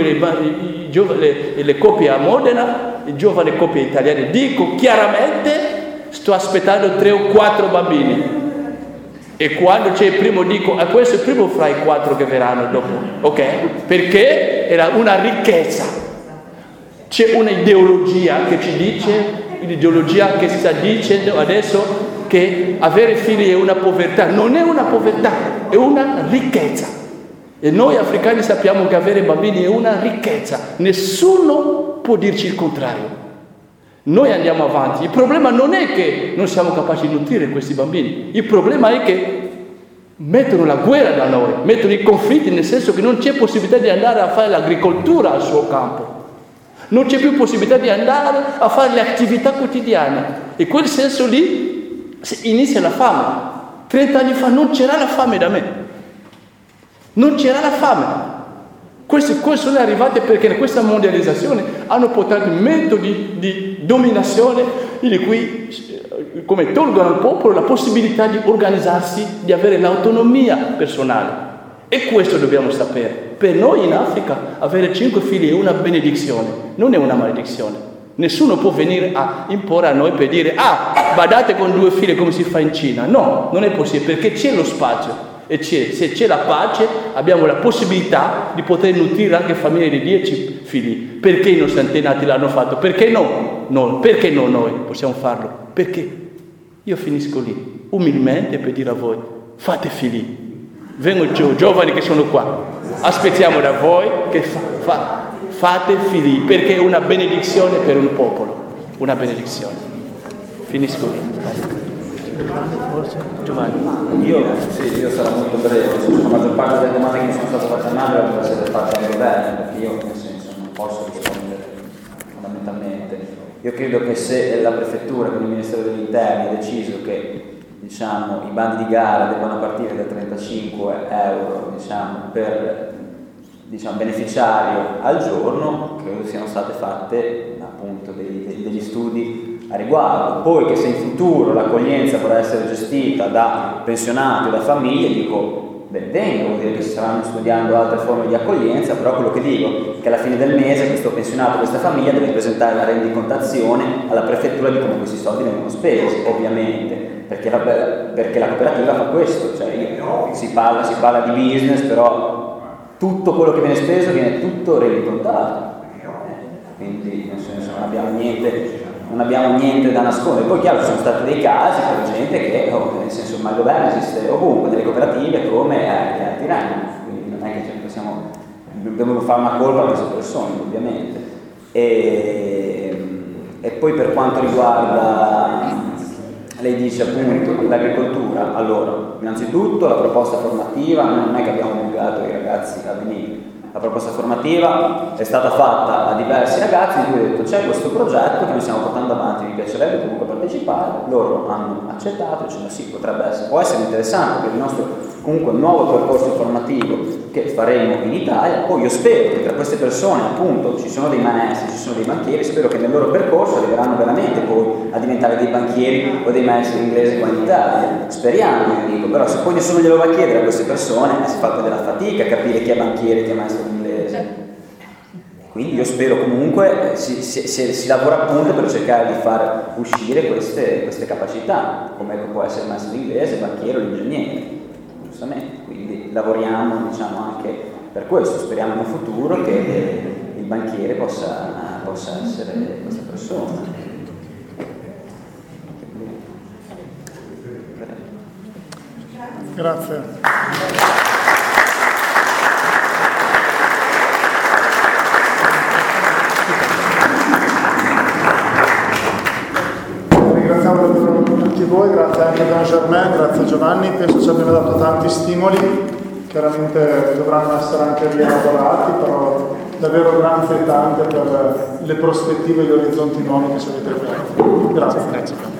le coppie a Modena, le giovani coppie italiane, dico chiaramente sto aspettando 3 o 4 bambini. E quando c'è il primo dico, questo è il primo fra i 4 che verranno dopo, ok? Perché era una ricchezza. C'è un'ideologia che ci dice, un'ideologia che sta dicendo adesso che avere figli è una povertà. Non è una povertà, è una ricchezza. E noi africani sappiamo che avere bambini è una ricchezza. Nessuno può dirci il contrario. Noi andiamo avanti. Il problema non è che non siamo capaci di nutrire questi bambini. Il problema è che mettono la guerra da noi, mettono i conflitti, nel senso che non c'è possibilità di andare a fare l'agricoltura al suo campo. Non c'è più possibilità di andare a fare le attività quotidiane. In quel senso lì inizia la fame. 30 anni fa non c'era la fame da me. Non c'era la fame. Queste sono arrivate perché questa mondializzazione hanno portato metodi di dominazione in cui come tolgono al popolo la possibilità di organizzarsi, di avere l'autonomia personale. E questo dobbiamo sapere. Per noi in Africa avere 5 figli è una benedizione, non è una maledizione. Nessuno può venire a imporre a noi per dire badate con 2 figli come si fa in Cina. No, non è possibile perché c'è lo spazio. E se c'è la pace abbiamo la possibilità di poter nutrire anche famiglie di 10 figli. Perché i nostri antenati l'hanno fatto? Perché no? Perché no noi possiamo farlo? Perché? Io finisco lì, umilmente per dire a voi, fate figli. Vengo giù, giovani che sono qua, aspettiamo da voi che fate figli, perché è una benedizione per un popolo, una benedizione. Finisco lì. Giovanni. Io sarò molto breve, la maggior parte delle domande che mi sono state fatte a me devono essere fatte al governo, perché io nel senso non posso rispondere fondamentalmente. Io credo che se la prefettura con il Ministero degli Interni ha deciso che i bandi di gara debbano partire da 35 euro per beneficiario al giorno, credo siano state fatte appunto degli studi a riguardo. Poi che se in futuro l'accoglienza potrà essere gestita da pensionati o da famiglie, dico ben venga, vuol dire che si staranno studiando altre forme di accoglienza, però quello che dico è che alla fine del mese questo pensionato, questa famiglia deve presentare la rendicontazione alla prefettura di come questi soldi vengono spesi, ovviamente, perché la cooperativa fa questo, cioè si parla di business, però tutto quello che viene speso viene tutto rendicontato, quindi nel senso non abbiamo niente da nascondere. Poi chiaro, ci sono stati dei casi per gente che, nel senso, ma il governo esiste ovunque, nelle cooperative come a Tirana, quindi non è che dobbiamo fare una colpa a queste persone, ovviamente. E poi per quanto riguarda, lei dice appunto l'agricoltura, allora, innanzitutto la proposta formativa, non è che abbiamo obbligato i ragazzi a venire. La proposta formativa è stata fatta a diversi ragazzi in cui ho detto c'è questo progetto che noi stiamo portando avanti, mi piacerebbe comunque partecipare, loro hanno accettato, dicendo sì, può essere interessante per il nostro comunque nuovo percorso formativo che faremo in Italia. Poi io spero che tra queste persone appunto ci sono dei maestri, ci sono dei banchieri, spero che nel loro percorso arriveranno veramente poi a diventare dei banchieri o dei maestri inglesi qua in Italia, speriamo, dico, però se poi nessuno glielo va a chiedere a queste persone si fa poi della fatica a capire chi è banchiere e chi è maestro inglese. Quindi io spero comunque si lavora appunto per cercare di far uscire queste capacità, come può essere il maestro inglese, il banchiere o l'ingegnere, giustamente. Quindi lavoriamo, diciamo, anche per questo, speriamo in un futuro che il banchiere possa essere questa persona. Grazie. Ringraziamo tutti voi, grazie anche a Don Germain, grazie a Giovanni, penso ci abbiano dato tanti stimoli, chiaramente dovranno essere anche rielaborati, però davvero grazie tante per le prospettive e gli orizzonti nuovi che ci avete offerto. Grazie.